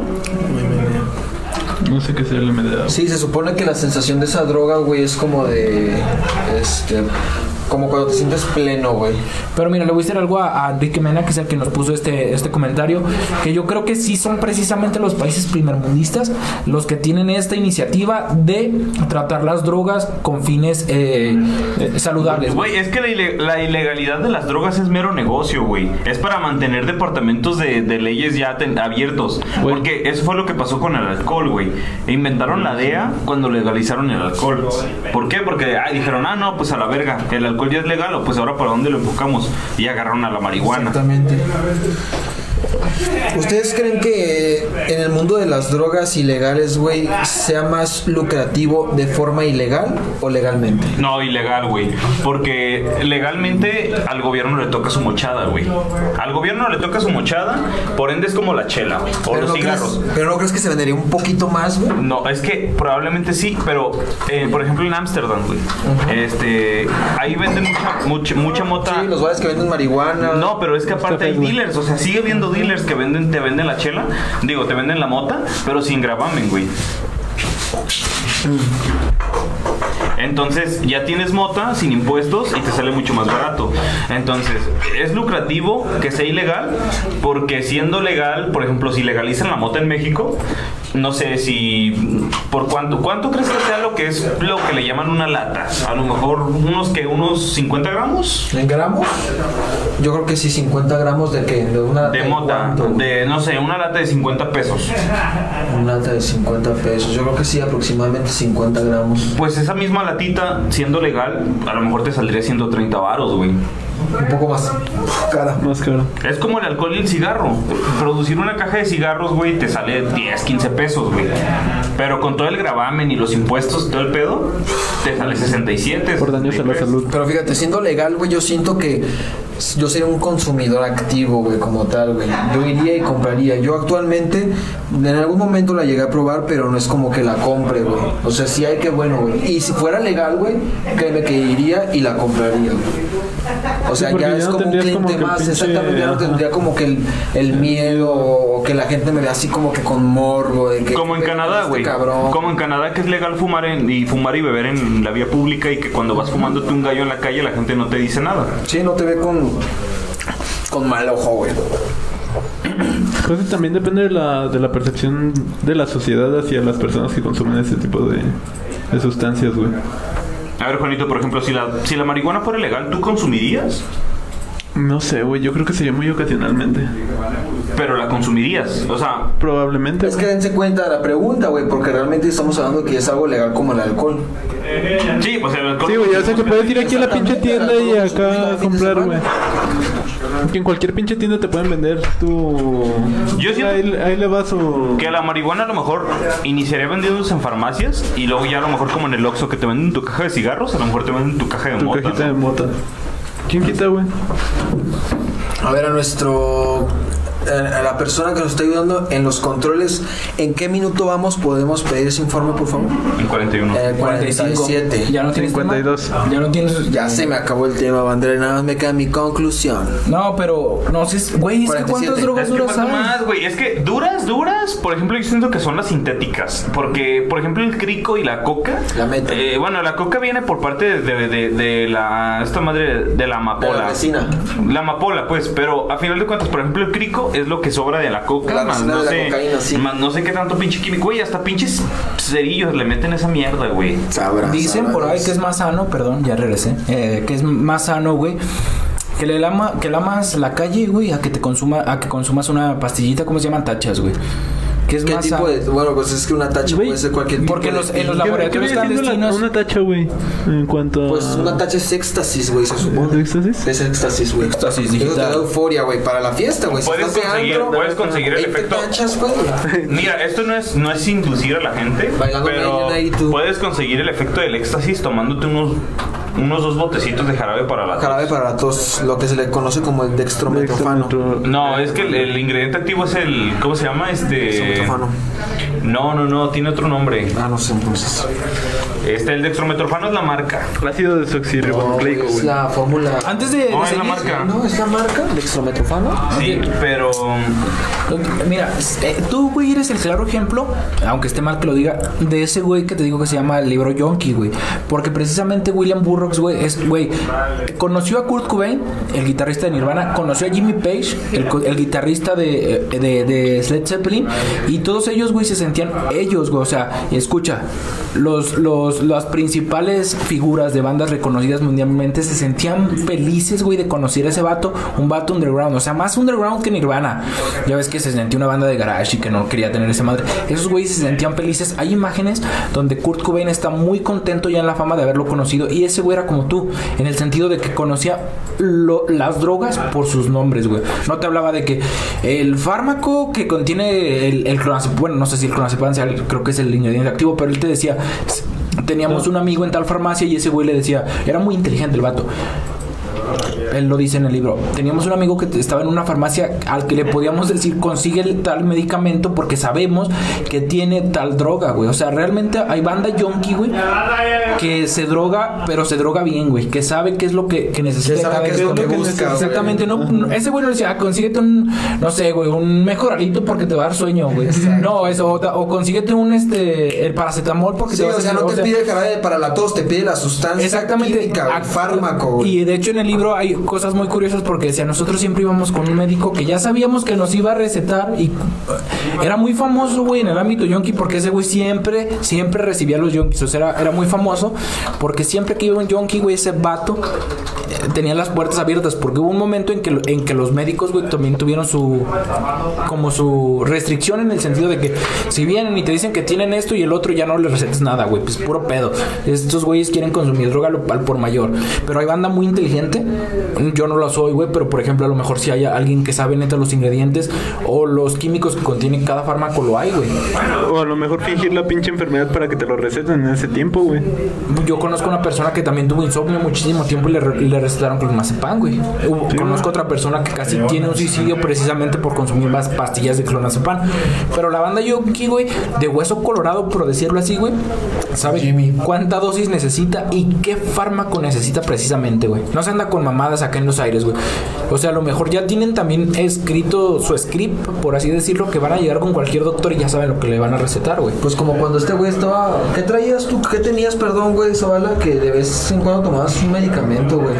No sé qué sea el MDA. Sí, se supone que la sensación de esa droga, güey, es como de... como cuando te sientes pleno, güey. Pero mira, le voy a decir algo a Enrique Mena, que es el que nos puso este comentario, que yo creo que sí son precisamente los países primermundistas los que tienen esta iniciativa de tratar las drogas con fines saludables. Güey, es que la ilegalidad de las drogas es mero negocio, güey. Es para mantener departamentos de leyes ya abiertos. Güey. Porque eso fue lo que pasó con el alcohol, güey. Inventaron la DEA cuando legalizaron el alcohol. ¿Por qué? Porque dijeron, no, pues a la verga, el alcohol ya es legal, o pues ahora para dónde lo enfocamos, y agarraron a la marihuana. Exactamente. ¿Ustedes creen que en el mundo de las drogas ilegales, güey, sea más lucrativo de forma ilegal o legalmente? No, ilegal, güey. Porque legalmente al gobierno le toca su mochada, güey. Al gobierno le toca su mochada, por ende es como la chela, güey, o los cigarros. ¿Pero no crees que se vendería un poquito más, güey? No, es que probablemente sí, pero por ejemplo en Ámsterdam, güey, ahí venden mucha mota. Sí, los bares que venden marihuana. No, pero es que aparte hay dealers, o sea, sigue habiendo dealers que te venden la chela, te venden la mota, pero sin gravamen, güey. Entonces ya tienes mota sin impuestos y te sale mucho más barato. Entonces es lucrativo que sea ilegal, porque siendo legal, por ejemplo, si legalizan la mota en México, no sé si por cuánto crees que sea lo que le llaman una lata. A lo mejor unos 50 gramos. ¿En gramos? Yo creo que sí, 50 gramos de qué, de una lata de mota, de no sé, una lata de 50 pesos. Una lata de 50 pesos. Yo creo que sí, aproximadamente 50 gramos. Pues esa misma latita, siendo legal, a lo mejor te saldría 130 varos, güey. Un poco más cara. Más caro. Es como el alcohol y el cigarro. Producir una caja de cigarros, güey, te sale 10, 15 pesos, güey. Pero con todo el gravamen y los impuestos y todo el pedo, te sale 67. Por daños a la salud. Pero fíjate, siendo legal, güey, yo siento que yo sería un consumidor activo, güey, como tal, güey. Yo iría y compraría. Yo actualmente, en algún momento la llegué a probar, pero no es como que la compre, güey. O sea, sí hay que, bueno, güey. Y si fuera legal, güey, créeme que iría y la compraría, güey. O sea, sí, ya es no como un cliente más, pinche, exactamente, ya no tendría como que el miedo, o que la gente me vea así como que con morbo de que... Como en Canadá, güey. Como en Canadá, que es legal fumar y beber en la vía pública, y que cuando vas fumándote un gallo en la calle la gente no te dice nada. Sí, no te ve con mal ojo, güey. Pues también depende de la percepción de la sociedad hacia las personas que consumen ese tipo de sustancias, güey. A ver, Juanito, por ejemplo, si la marihuana fuera legal, ¿tú consumirías? No sé, güey, yo creo que sería muy ocasionalmente. Pero la consumirías, o sea... Probablemente. Es que dense cuenta de la pregunta, güey, porque realmente estamos hablando de que es algo legal como el alcohol. Sí, pues el alcohol... Sí, güey, o sea que puedes ir aquí a la pinche tienda y acá a comprar, güey. Que en cualquier pinche tienda te pueden vender tu... Yo siento ahí le vas o... que la marihuana a lo mejor iniciaría vendiéndose en farmacias, y luego ya a lo mejor como en el Oxxo que te venden tu caja de cigarros, a lo mejor te venden tu caja de mota. Tu cajita de mota. ¿Quién quita, güey? A ver, a nuestro a la persona que nos está ayudando en los controles, ¿en qué minuto vamos? ¿Podemos pedir ese informe, por favor? En 41. 47. Ya no tienes 52. tema? Ya no tienes. Ya se me acabó el tema, Bandera. Nada más me queda mi conclusión. No, pero no sé, güey, es que 47. cuántas drogas Es que duras falta hay. más, güey. Es que duras, por ejemplo, yo siento que son las sintéticas. Porque, por ejemplo, el crico y la coca. La meta. Bueno, la coca viene por parte de la. Esta madre de la amapola. De la resina. La amapola, pues. Pero a final de cuentas, por ejemplo, el crico es lo que sobra de la coca. La Más resina no de la sé. cocaína, sí. Más no sé qué tanto pinche químico. Güey, hasta pinches cerillos le meten esa mierda, güey. Sabrá. Dicen por ahí que es más sano, perdón, ya regresé. Que es más sano, güey. Que le lamas la calle, güey, a que consumas una pastillita, ¿cómo se llaman? Tachas, güey. Que es ¿Qué más tipo sano. de...? Bueno, pues es que una tacha Güey, puede ser cualquier tipo porque en los ¿Qué laboratorios viene siendo clandestinos. una tacha, güey? En cuanto a... Pues una tacha es éxtasis, güey, se supone. ¿De éxtasis? Es éxtasis, güey. Éxtasis Eso te digital. da euforia, güey, para la fiesta, güey. Si Puedes estás de conseguir el ahí te efecto. tachas, güey. Mira, esto no es inducir a la gente, Bailando pero Millionaire y tú. puedes conseguir el efecto del éxtasis tomándote unos 2 botecitos de jarabe para la tos. Jarabe para la tos, lo que se le conoce como el dextrometorfano. No, es que el ingrediente activo es el... ¿Cómo se llama? Dextrometorfano. No, tiene otro nombre. Ah, no sé, entonces. El dextrometorfano es la marca. Ácido desoxirribonucleico, Es güey. la fórmula... Antes de No, es la seguir, marca. No, es la marca, dextrometorfano. Sí, pero... Mira, tú, güey, eres el claro ejemplo, aunque esté mal que lo diga, de ese güey que te digo que se llama el libro Yonki, güey. Porque precisamente William Burroughs, güey, conoció a Kurt Cobain, el guitarrista de Nirvana, conoció a Jimmy Page, el guitarrista de Led Zeppelin, y todos ellos, güey, se sentían ellos, güey. O sea, escucha, las principales figuras de bandas reconocidas mundialmente se sentían felices, güey, de conocer a ese vato, un vato underground, o sea, más underground que Nirvana. Ya ves que se sentía una banda de garage y que no quería tener esa madre. Esos güeyes se sentían felices. Hay imágenes donde Kurt Cobain está muy contento ya en la fama de haberlo conocido, y ese güey era como tú, en el sentido de que conocía las drogas por sus nombres, güey. No te hablaba de que el fármaco que contiene el clonazepam, bueno, no sé si el clonazepam sea, creo que es el ingrediente activo, pero él te decía, teníamos un amigo en tal farmacia, y ese güey le decía, era muy inteligente el vato. Él lo dice en el libro. Teníamos un amigo que estaba en una farmacia al que le podíamos decir, consigue tal medicamento porque sabemos que tiene tal droga, güey. O sea, realmente hay banda yonki, güey, que se droga, pero se droga bien, güey. Que sabe qué es lo que necesita. Que sabe cada qué es vez. lo que busca, Exactamente. No, ese güey no le decía, consíguete no sé, güey, un mejoralito porque te va a dar sueño, güey. No, eso. O consíguete el paracetamol porque Sí, te va a o sea, no te pide el jarabe para la tos, te pide la sustancia exactamente química, el fármaco, güey. Y de hecho en el libro hay cosas muy curiosas porque decía, nosotros siempre íbamos con un médico que ya sabíamos que nos iba a recetar, y era muy famoso, güey, en el ámbito yonki, porque ese güey siempre recibía a los yonkis. O sea, era muy famoso porque siempre que iba un yonki, güey, ese vato tenía las puertas abiertas, porque hubo un momento en que los médicos, güey, también tuvieron su restricción, en el sentido de que si vienen y te dicen que tienen esto y el otro, ya no les recetes nada, güey, pues puro pedo. Estos güeyes quieren consumir droga al por mayor. Pero hay banda muy inteligente, yo no lo soy, güey, pero por ejemplo a lo mejor si hay alguien que sabe neta los ingredientes o los químicos que contiene cada fármaco, lo hay, güey. O a lo mejor fingir la pinche enfermedad para que te lo receten en ese tiempo, güey. Yo conozco una persona que también tuvo insomnio muchísimo tiempo y le recetaron clonazepam, güey. Conozco otra persona que casi tiene un suicidio precisamente por consumir más pastillas de clonazepam. Pero la banda yonki, güey, de hueso colorado, por decirlo así, güey, sabe cuánta dosis necesita y qué fármaco necesita precisamente, güey. No se anda con mamadas acá en los aires, güey. O sea, a lo mejor ya tienen también escrito su script, por así decirlo, que van a llegar con cualquier doctor y ya saben lo que le van a recetar, güey. Pues como cuando este güey estaba... ¿Qué traías tú? ¿Qué tenías, perdón, güey, Zavala? Que de vez en cuando tomabas un medicamento, güey.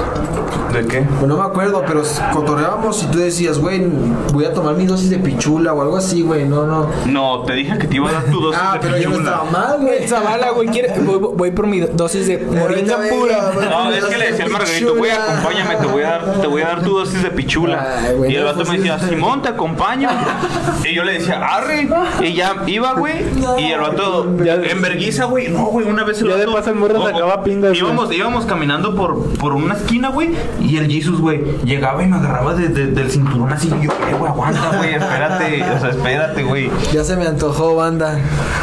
¿De qué? Pues no me acuerdo, pero cotorreábamos y tú decías, güey, voy a tomar mi dosis de pichula o algo así, güey. No, te dije que te iba a dar tu dosis de pero yo no pichula. estaba mal, güey. Zavala, güey, voy por mi dosis de moringa pura. No, es que le decía al Margarito, güey, acompáñame, te voy a dar tu dosis de pichula. Ay, güey, Y el no, vato pues me decía, sí. Simón, te acompaño. Y yo le decía, arre. Y ya iba, güey. Y el vato, en vergüenza, güey. No, güey, una vez el Ya de vato... paso el morro sacaba pingas, güey. Íbamos caminando por una esquina, güey. Y el Jesus, güey, llegaba y me agarraba del cinturón así. Y yo, güey, aguanta, güey, espérate. O sea, espérate, güey. Ya se me antojó, banda.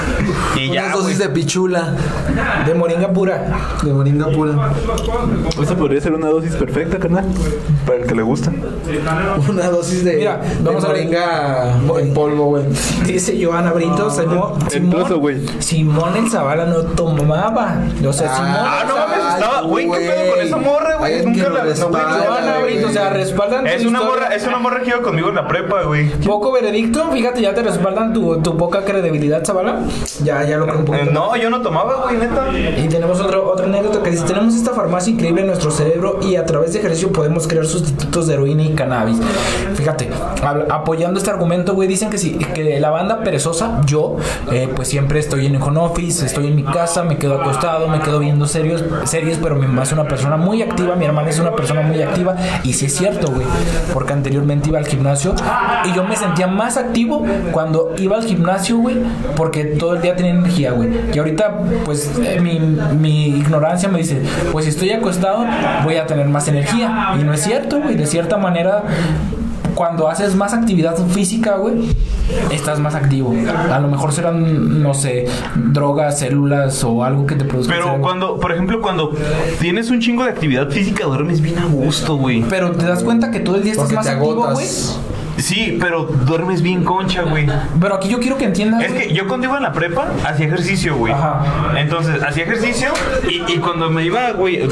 Y ya, Unas dosis güey. de pichula. De moringa pura. De moringa pura. Esa podría ser una dosis perfecta, carnal. Para el que le gusta. Una dosis de, Mira, vamos de a ver. moringa en polvo, güey. Dice Joana Brito, en trozo, güey. Simón el Zavala no tomaba. O sea, Ah, no mames, estaba, güey, ¿qué pedo con esa morra, güey? Alguien que Nunca lo la. No, güey, respalde, Joana Brito, o sea, respaldan tu es una historia. morra que iba conmigo en la prepa, güey. Poco veredicto, fíjate, ya te respaldan tu poca credibilidad, Zavala. Ya lo creo un poquito. No, yo no tomaba, güey, neta. Y tenemos otra anécdota que dice: tenemos esta farmacia increíble en nuestro cerebro y a través de ejercicio podemos crear sustitutos de heroína y cannabis. Fíjate, apoyando este argumento, güey, dicen que sí, que la banda perezosa, yo, pues siempre estoy en home office, estoy en mi casa, me quedo acostado, me quedo viendo series, pero mi mamá es una persona muy activa, mi hermana es una persona muy activa, y sí es cierto, güey, porque anteriormente iba al gimnasio y yo me sentía más activo cuando iba al gimnasio, güey, porque todo el día tenía energía, güey. Y ahorita, pues, mi ignorancia me dice, pues si estoy acostado, voy a tener más energía. Y no es cierto, güey. De cierta manera, cuando haces más actividad física, güey, estás más activo. A lo mejor serán, no sé, drogas, células o algo que te produzca. Pero cuando, por ejemplo, cuando tienes un chingo de actividad física, duermes bien a gusto, güey. Pero te das cuenta que todo el día estás Porque más te activo, agotas. güey. Sí, pero duermes bien concha, güey. Pero aquí yo quiero que entiendas, Es güey. que yo cuando iba en la prepa hacía ejercicio, güey. Ajá. Entonces, hacía ejercicio y cuando me iba, güey,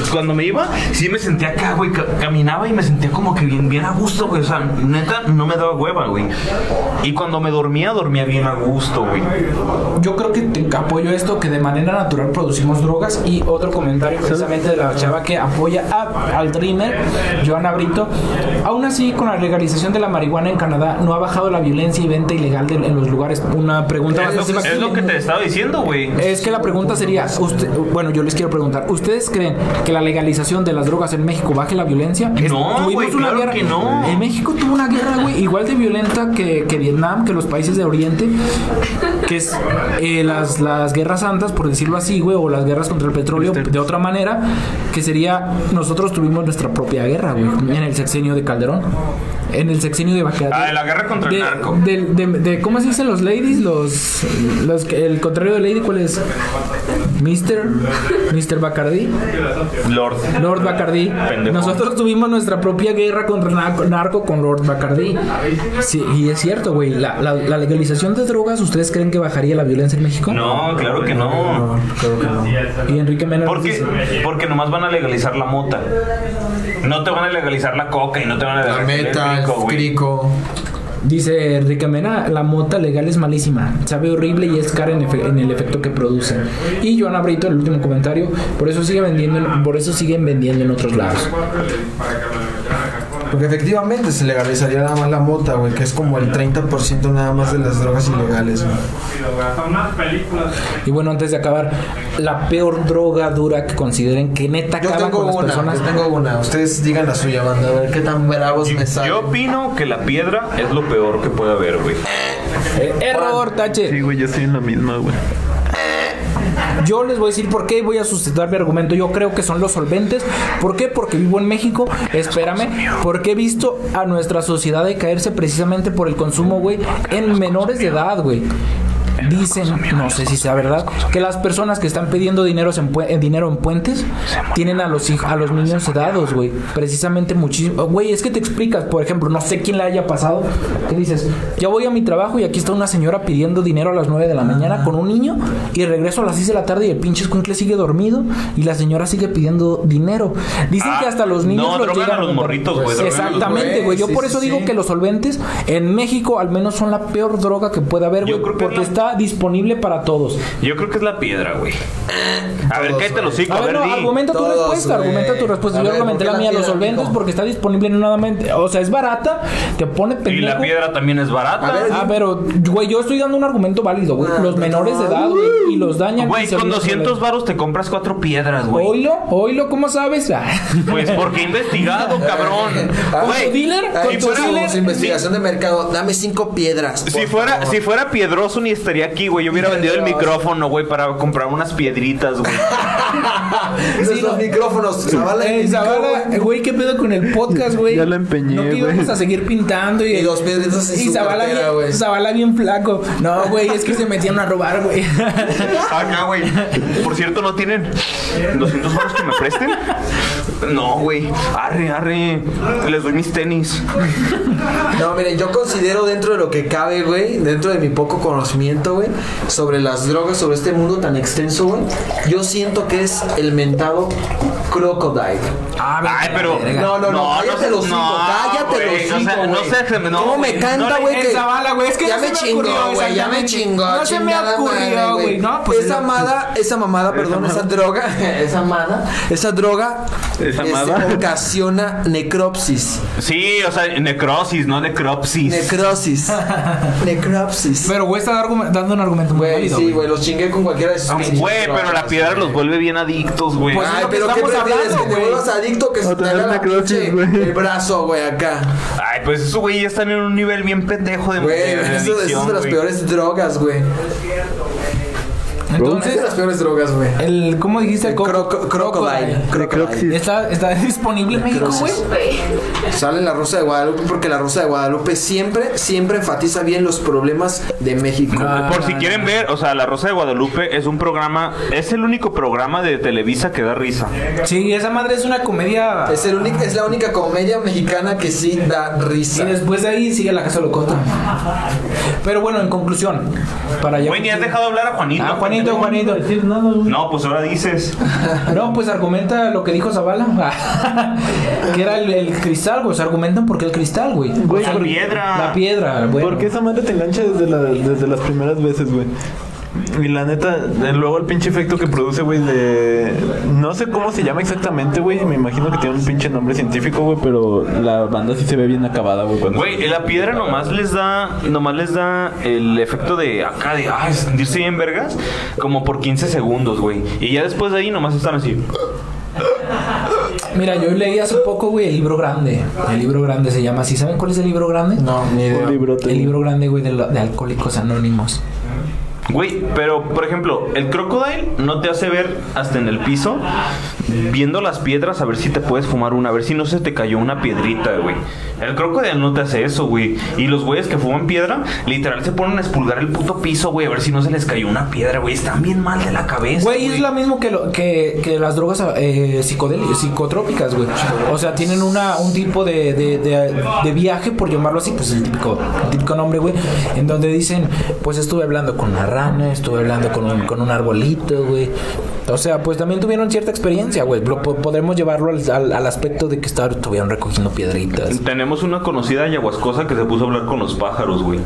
sí me sentía acá, güey, caminaba y me sentía como que bien a gusto, güey. O sea, neta, no me daba hueva, güey. Y cuando me dormía bien a gusto, güey. Yo creo que te apoyo esto, que de manera natural producimos drogas. Y otro comentario precisamente de la chava que apoya al Dreamer, Joana Brito. Aún así, con la legalización de la marihuana en Canadá, no ha bajado la violencia y venta ilegal en los lugares. Una pregunta Es lo que te estaba diciendo, güey. Es que la pregunta sería, bueno, yo les quiero preguntar, ¿ustedes creen que la legalización de las drogas en México baje la violencia? No, Tuvimos güey, una claro guerra. que no. En México tuvo una guerra, güey, igual de violenta que Vietnam, que los países de Oriente, que es las guerras santas, por decirlo así, güey, o las guerras contra el petróleo, de otra manera, que sería, nosotros tuvimos nuestra propia guerra, güey, en el sexenio de Calderón. En el sexenio de Baqueat. Ah, de la guerra contra el narco. De ¿cómo se dicen los ladies? El contrario de lady, ¿cuál es? Mr. Bacardi. Lord Bacardi. Pendejo. Nosotros tuvimos nuestra propia guerra contra el narco con Lord Bacardi. Sí, y es cierto, güey. La legalización de drogas, ¿ustedes creen que bajaría la violencia en México? No, claro que no. Creo que no. Y Enrique Mena ¿Por dice, qué? Porque nomás van a legalizar la mota. No te van a legalizar la coca y no te van a La legalizar meta, el el crico, güey. crico. dice Enrique Mena, la mota legal es malísima, sabe horrible y es cara en el efecto que produce. Y Joana Brito, el último comentario, por eso siguen vendiendo en otros lados. Porque efectivamente se legalizaría nada más la mota, güey, que es como el 30% nada más de las drogas ilegales, güey. Y bueno, antes de acabar, la peor droga dura que consideren que neta Yo acaba tengo con las personas. yo tengo una. Ustedes digan la suya, banda, a ver qué tan bravos me salen. Yo opino que la piedra es lo peor que puede haber, güey. Error, tache. Sí, güey, yo estoy en la misma, güey. Yo les voy a decir por qué, voy a sustentar mi argumento. Yo creo que son los solventes. ¿Por qué? Porque vivo en México. Espérame. Porque he visto a nuestra sociedad decaerse precisamente por el consumo, güey, en menores de edad, güey. Dicen, no sé si sea verdad, que las personas que están pidiendo dinero en puentes tienen a los niños sedados, güey. Precisamente muchísimo. Güey, es que te explicas, por ejemplo, no sé quién le haya pasado. ¿Qué dices? Ya voy a mi trabajo y aquí está una señora pidiendo dinero a las 9 de la mañana con un niño y regreso a las 6 de la tarde y el pinche escuincle sigue dormido y la señora sigue pidiendo dinero. Dicen que hasta los niños no, los drogan llegan a los morritos, güey. drogan a los Exactamente, güey. Yo Sí, por sí, eso digo sí. que los solventes en México al menos son la peor droga que puede haber, Yo güey, creo que porque es la- está disponible para todos. Yo creo que es la piedra, güey. A ver, Todos, cállate los hocico, A ver, no, di. argumenta tu Todos, respuesta, güey. argumenta tu respuesta. A Yo ver, argumenté ¿por la qué mía, la los piedra, solventes, mijo? porque está disponible nuevamente. O sea, es barata, te pone Y pendejo. la piedra también es barata. A ver, Ah, pero, güey, yo estoy dando un argumento válido, güey. Los menores de edad, güey, y los dañan. Güey, y se con olvidan 200 varos te compras 4 piedras, güey. Oílo, ¿cómo sabes? Pues porque he investigado, cabrón. Ah, ¿Con tu Güey, dealer? Ahí ¿Con tu puso dealer? su investigación de mercado. Dame 5 piedras. si por fuera favor. piedroso ni estaría estaría aquí, güey. Yo hubiera vendido el micrófono, güey, para comprar unas piedritas, güey. Sí, los micrófonos. Zavala, Zavala, güey, ¿qué pedo con el podcast, güey? Ya lo empeñé, No, que güey. íbamos a seguir pintando y dos piedritas en y su Zavala cartera, güey. Zavala bien flaco. No, güey, es que se metían a robar, güey. Acá, güey. Por cierto, ¿no tienen 200 baros que me presten? No, güey. Arre. Les doy mis tenis. No, miren, yo considero dentro de lo que cabe, güey, dentro de mi poco conocimiento, güey, sobre las drogas, sobre este mundo tan extenso, güey, yo siento que es el mentado crocodile. Ay, pero... No, cállate los cinco, cállate los cinco, güey. No sé, no, ¿Cómo me canta, güey? En Zavala, güey, es que ya no me se me chingó, ocurrió, güey, ya me exactamente. chingó. No se me chingada ocurrió, madre, güey. No, pues esa mamada, perdón, esa droga, esa droga ocasiona necropsis. Sí, o sea, necrosis, no necropsis. Necropsis. Pero güey está dando un argumento muy Güey, válido, sí, güey, los chingué con cualquiera de sus pinches Güey, pero drogas, la piedra los vuelve bien adictos, güey. Pues, Ay, es lo que pero ¿qué estamos prefieres? hablando, Que te güey. vuelvas adicto que se O te tener haga la necrosis, pinche güey. el brazo, güey, acá. Ay, pues esos güey ya están en un nivel bien pendejo de Güey, de eso es adicción, de las güey. peores drogas, güey. Es Entonces, de las peores drogas, güey. ¿cómo dijiste? Crocodile. Necropsis. ¿Está disponible en México, güey? Sale en La Rosa de Guadalupe porque La Rosa de Guadalupe siempre enfatiza bien los problemas de México. Por si quieren ver, o sea, La Rosa de Guadalupe es un programa, es el único programa de Televisa que da risa. Sí, esa madre es una comedia. Es la única comedia mexicana que sí da Y risa. después de ahí sigue La Casa Locota. Pero bueno, en conclusión, para allá. Güey, ni has dejado hablar a Juanito. Ah, Juanito. No, pues ahora dices. No, pues argumenta lo que dijo Zavala. Que era el cristal, güey. Se argumentan porque el cristal, güey. Güey, La por- piedra. La piedra, güey. Porque esa madre te engancha desde las primeras veces, güey. Y la neta, luego el pinche efecto que produce, güey, de... No sé cómo se llama exactamente, güey. Me imagino que tiene un pinche nombre científico, güey, pero la banda sí se ve bien acabada, güey. Güey, la piedra nomás les da el efecto de acá, de sentirse bien vergas, como por 15 segundos, güey. Y ya después de ahí nomás están así. Mira, yo leí hace poco, güey, el libro grande. El libro grande se llama así. ¿Saben cuál es el libro grande? No, ni idea. Un librote. El libro grande, güey, de Alcohólicos Anónimos. Güey, pero por ejemplo, el crocodile no te hace ver hasta en el piso, viendo las piedras, a ver si te puedes fumar una, a ver si no se te cayó una piedrita, güey. El crocodile no te hace eso, güey. Y los güeyes que fuman piedra, literal se ponen a expulgar el puto piso, güey, a ver si no se les cayó una piedra, güey. Están bien mal de la cabeza. Güey, es lo mismo que las drogas psicotrópicas, güey. O sea, tienen un tipo de viaje, por llamarlo así, pues el típico nombre, güey. En donde dicen, pues estuve hablando con una rana, estuve hablando con un arbolito, güey. O sea, pues también tuvieron cierta experiencia, güey. Podremos llevarlo al aspecto de que estuvieron recogiendo piedritas. Tenemos una conocida ayahuascosa que se puso a hablar con los pájaros, güey.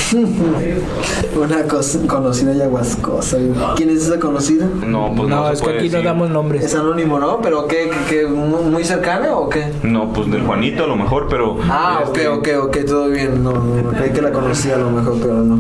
Una conocida ayahuascosa, güey. ¿Quién es esa conocida? No, pues No, no se es que puede aquí no decir. damos nombres. Es anónimo, ¿no? Pero ¿qué? ¿Muy cercana o qué? No, pues del Juanito a lo mejor, pero... Ah, ok, todo bien. No, creí que la conocía a lo mejor, pero no.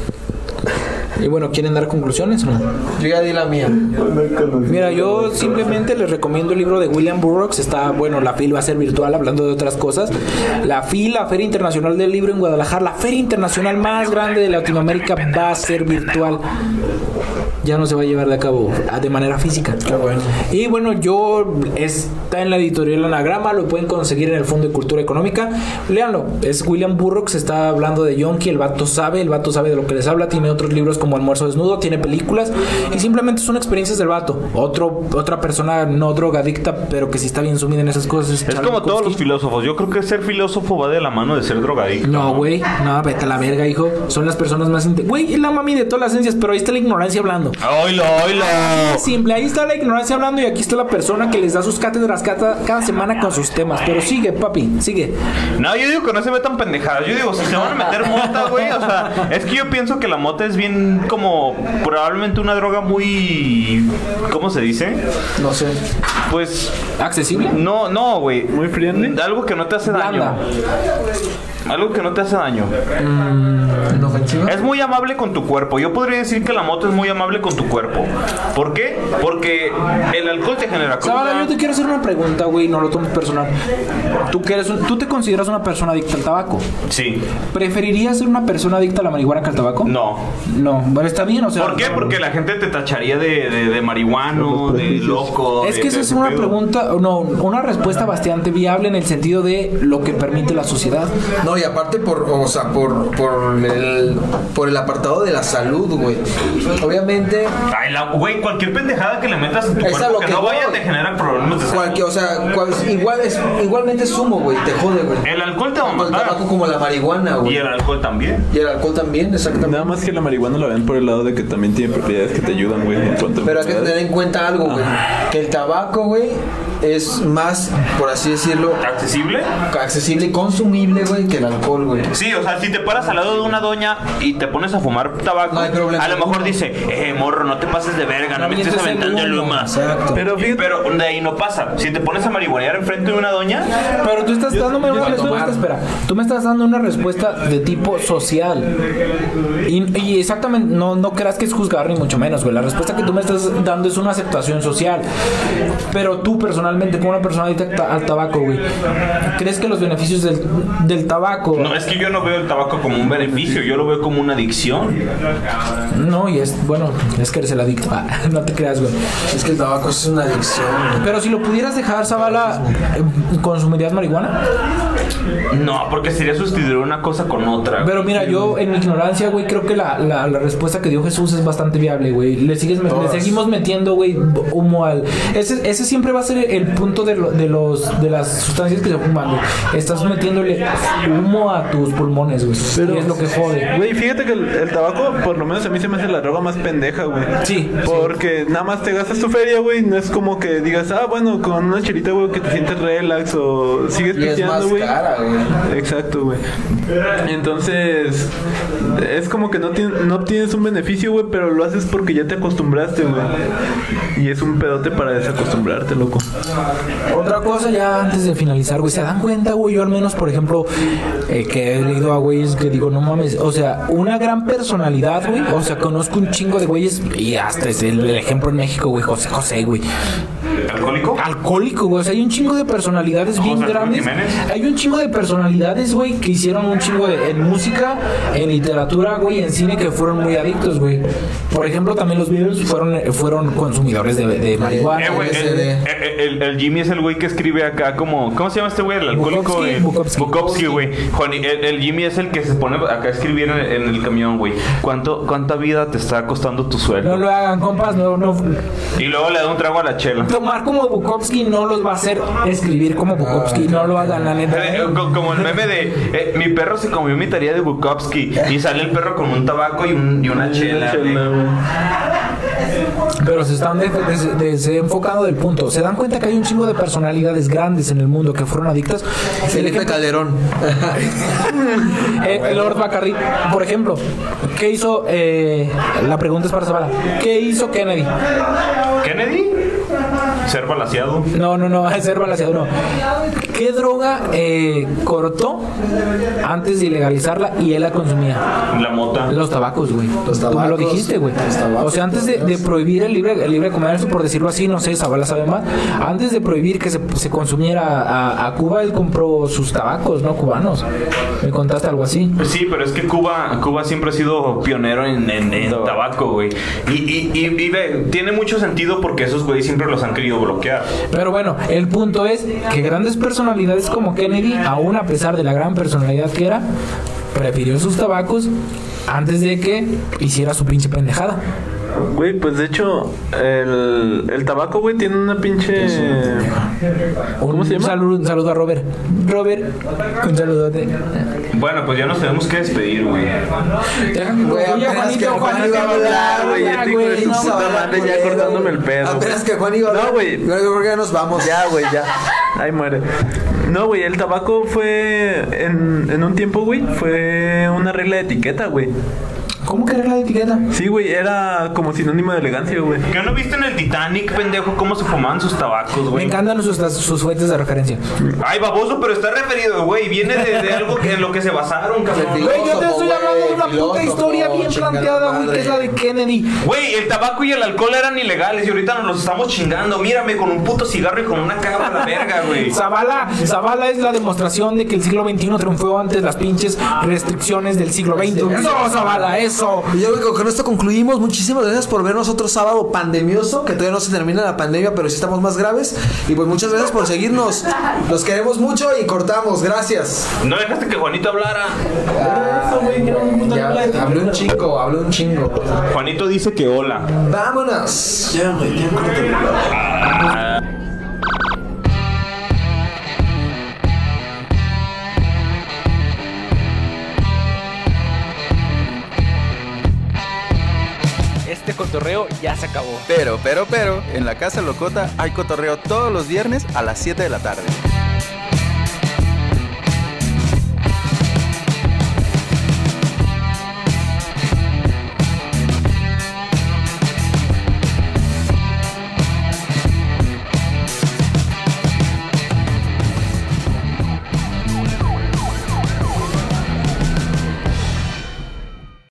Y bueno, ¿quieren dar conclusiones o no? Yo ya di la mía. Mira, yo simplemente les recomiendo el libro de William Burroughs. Está, bueno, la FIL va a ser virtual, hablando de otras cosas. La FIL, la Feria Internacional del Libro en Guadalajara, la feria internacional más grande de Latinoamérica, va a ser virtual. Ya no se va a llevar de cabo de manera física. Qué bueno. Y bueno, está en la editorial Anagrama, lo pueden conseguir en el Fondo de Cultura Económica. Léanlo, es William Burroughs, está hablando de Yonki, el vato sabe de lo que les habla, tiene otros libros como Almuerzo Desnudo, tiene películas y simplemente son experiencias del vato. Otra persona no drogadicta, pero que sí está bien sumida en esas cosas. Es como todos los filósofos. Yo creo que ser filósofo va de la mano de ser drogadicto. No, güey, no, vete a la verga, hijo. Son las personas más... Güey, es la mami de todas las ciencias, pero ahí está la ignorancia hablando. ¡Oilo! Simple, ahí está la ignorancia hablando y aquí está la persona que les da sus cátedras cada semana con sus temas. Pero sigue, papi, sigue. No, yo digo que no se metan pendejadas. Yo digo, si se van a meter mota, güey, o sea, es que yo pienso que la mota es bien como probablemente una droga muy... ¿Cómo se dice? No sé. Pues... ¿Accesible? No, güey. Muy friendly. Algo que no te hace daño. Blanda. Algo que no te hace daño. ¿Inofensiva? Es muy amable con tu cuerpo. Yo podría decir que la moto es muy amable con tu cuerpo. ¿Por qué? Porque el alcohol te genera cruda. Zabala, yo te quiero hacer una pregunta, güey, no lo tomes personal. ¿Tú te consideras una persona adicta al tabaco? Sí. ¿Preferirías ser una persona adicta a la marihuana que al tabaco? No. No, bueno, está bien, o sea... ¿Por qué? Porque la gente te tacharía de marihuano, de loco. Es que esa es una pregunta, no, una respuesta bastante viable en el sentido de lo que permite la sociedad. No, y aparte por el apartado de la salud, güey. Obviamente, Ay, güey, cualquier pendejada que le metas en tu Es a cuerpo lo que que no voy. vaya te generan problemas de salud. o sea, igualmente es humo, güey, te jode, güey. El alcohol te va a Tanto el matar. tabaco como la marihuana, güey. Y el alcohol también. Y el alcohol también, exactamente. Nada más que la marihuana la ven por el lado de que también tiene propiedades que te ayudan, güey, en cuanto a Pero hay que enfermedades. tener en cuenta algo, güey. Que el tabaco, güey, es más, por así decirlo, ¿Accesible? accesible y consumible, güey, que el alcohol, güey. Sí, o sea, si te paras al lado de una doña y te pones a fumar tabaco, No hay problema a lo mejor ninguno. dice, morro, no te pases de verga, no me estés avientes el aventando el humo. humo. Exacto. Pero fíjate, Pero de ahí no pasa. Si te pones a marihuanear enfrente de una doña, Pero tú estás dándome una respuesta, espera. Tú me estás dando una respuesta de tipo social. Y exactamente, no creas que es juzgar ni mucho menos, güey. La respuesta que tú me estás dando es una aceptación social. Pero tú personalmente, como una persona adicta al tabaco, güey, ¿crees que los beneficios del tabaco... no, es que yo no veo el tabaco como un beneficio, yo lo veo como una adicción. No, y es, bueno, es que eres el adicto. Ah, no te creas, güey. Es que el tabaco es una adicción, güey. Pero si lo pudieras dejar, Zabala, ¿consumirías marihuana? No, porque sería sustituir una cosa con otra. Pero mira, yo en mi ignorancia, güey, creo que la respuesta que dio Jesús es bastante viable, güey. Le seguimos metiendo, güey, humo al... Ese siempre va a ser el punto de las sustancias que se fuman, güey. Estás metiéndole humo a tus pulmones, güey. Y es lo que jode. güey, fíjate que el tabaco, por lo menos a mí se me hace la droga más pendeja, güey. Sí. Porque nada más te gastas tu feria, güey. No es como que digas, bueno, con una chelita, güey, que te sientes relax o sigues Y es más pisteando, güey. cara, güey. Exacto, güey. Entonces, es como que no obtienes un beneficio, güey, pero lo haces porque ya te acostumbraste, güey. Y es un pedote para desacostumbrarte, loco. Otra cosa ya antes de finalizar, güey, ¿se dan cuenta, güey? Yo al menos, por ejemplo, que he leído a güeyes que digo, no mames, o sea, una gran personalidad, güey. O sea, conozco un chingo de güeyes y hasta es el ejemplo en México, güey, José, güey. ¿Alcohólico? Alcohólico, güey. O sea, hay un chingo de personalidades bien José Antonio grandes. Jiménez. Hay un chingo de personalidades, güey, que hicieron un chingo en música, en literatura, güey, en cine, que fueron muy adictos, güey. Por ejemplo, también los Beatles fueron consumidores de marihuana. Güey, LSD. el Jimmy es el güey que escribe acá como... ¿Cómo se llama este güey? El alcohólico. Bukowski. Güey. El Jimmy es el que se pone acá a escribir en el camión, güey. ¿Cuánta vida te está costando tu sueldo? No lo hagan, compas, no. Y luego le da un trago a la chela. Tomar como Bukowski no los va a hacer escribir como Bukowski. No lo hagan, la neta. Como el meme de mi perro se comió mi tarea de Bukowski y sale el perro con un tabaco y una chela. Pero se están desenfocando del punto. ¿Se dan cuenta que hay un chingo de personalidades grandes en el mundo que fueron adictas? Felipe Calderón. Lord Bacardi, por ejemplo, ¿qué hizo? La pregunta es para Zabala. ¿Qué hizo Kennedy? ¿Kennedy? Ser balaseado. No, ser balanceado no. ¿Qué droga cortó antes de ilegalizarla y él la consumía? La mota. Los tabacos, güey. Los Tú me lo tabacos, dijiste, güey. los tabacos. O sea, antes de prohibir el libre comercio, por decirlo así, no sé, Zabala sabe más. Antes de prohibir que se consumiera a Cuba, él compró sus tabacos, ¿no? Cubanos. Me contaste algo así. Sí, pero es que Cuba siempre ha sido pionero en tabaco, güey. Y ve, tiene mucho sentido porque esos güeyes siempre los han querido bloquear. Pero bueno, el punto es que grandes personalidades como Kennedy, aún a pesar de la gran personalidad que era, prefirió sus tabacos antes de que hiciera su pinche pendejada. Güey, pues de hecho, el tabaco, güey, tiene una pinche... ¿Cómo se llama? Un saludo a Robert. Robert, un saludote. Bueno, pues ya nos tenemos que despedir, güey. Güey, apenas que Juan iba a hablar, güey, este hijo de su puta madre ya cortándome el pedo. Apenas que Juan iba a hablar. No, güey. Yo creo que ya nos vamos. Ya, güey, ya. Ahí muere. No, güey, el tabaco fue... En un tiempo, güey, fue una regla de etiqueta, güey. ¿Cómo que arregla la etiqueta? Sí, güey, era como sinónimo de elegancia, güey. ¿Qué no viste en el Titanic, pendejo, cómo se fumaban sus tabacos, Me güey? encantan sus fuentes de referencia. Ay, baboso, pero está referido, güey. Viene de algo en lo que se basaron, cabrón. Güey, yo te estoy hablando de una puta filósofo, historia bien chingada planteada, güey, madre. que es la de Kennedy. Güey, el tabaco y el alcohol eran ilegales y ahorita nos los estamos chingando. Mírame con un puto cigarro y con una cava a la verga, güey. Zavala es la demostración de que el siglo XXI triunfó ante las pinches restricciones del siglo XX. ¡Eso, Zavala, eso! Y yo creo que con esto concluimos. Muchísimas gracias por vernos otro sábado pandemioso, que todavía no se termina la pandemia, pero sí estamos más graves. Y pues muchas gracias por seguirnos. Los queremos mucho y cortamos. Gracias. No dejaste que Juanito hablara. Ya, hablé un chingo. Juanito dice que hola. Vámonos. Ya, güey, ya córtale. Este cotorreo ya se acabó. Pero, en la Casa Locota hay cotorreo todos los viernes a las 7 de la tarde.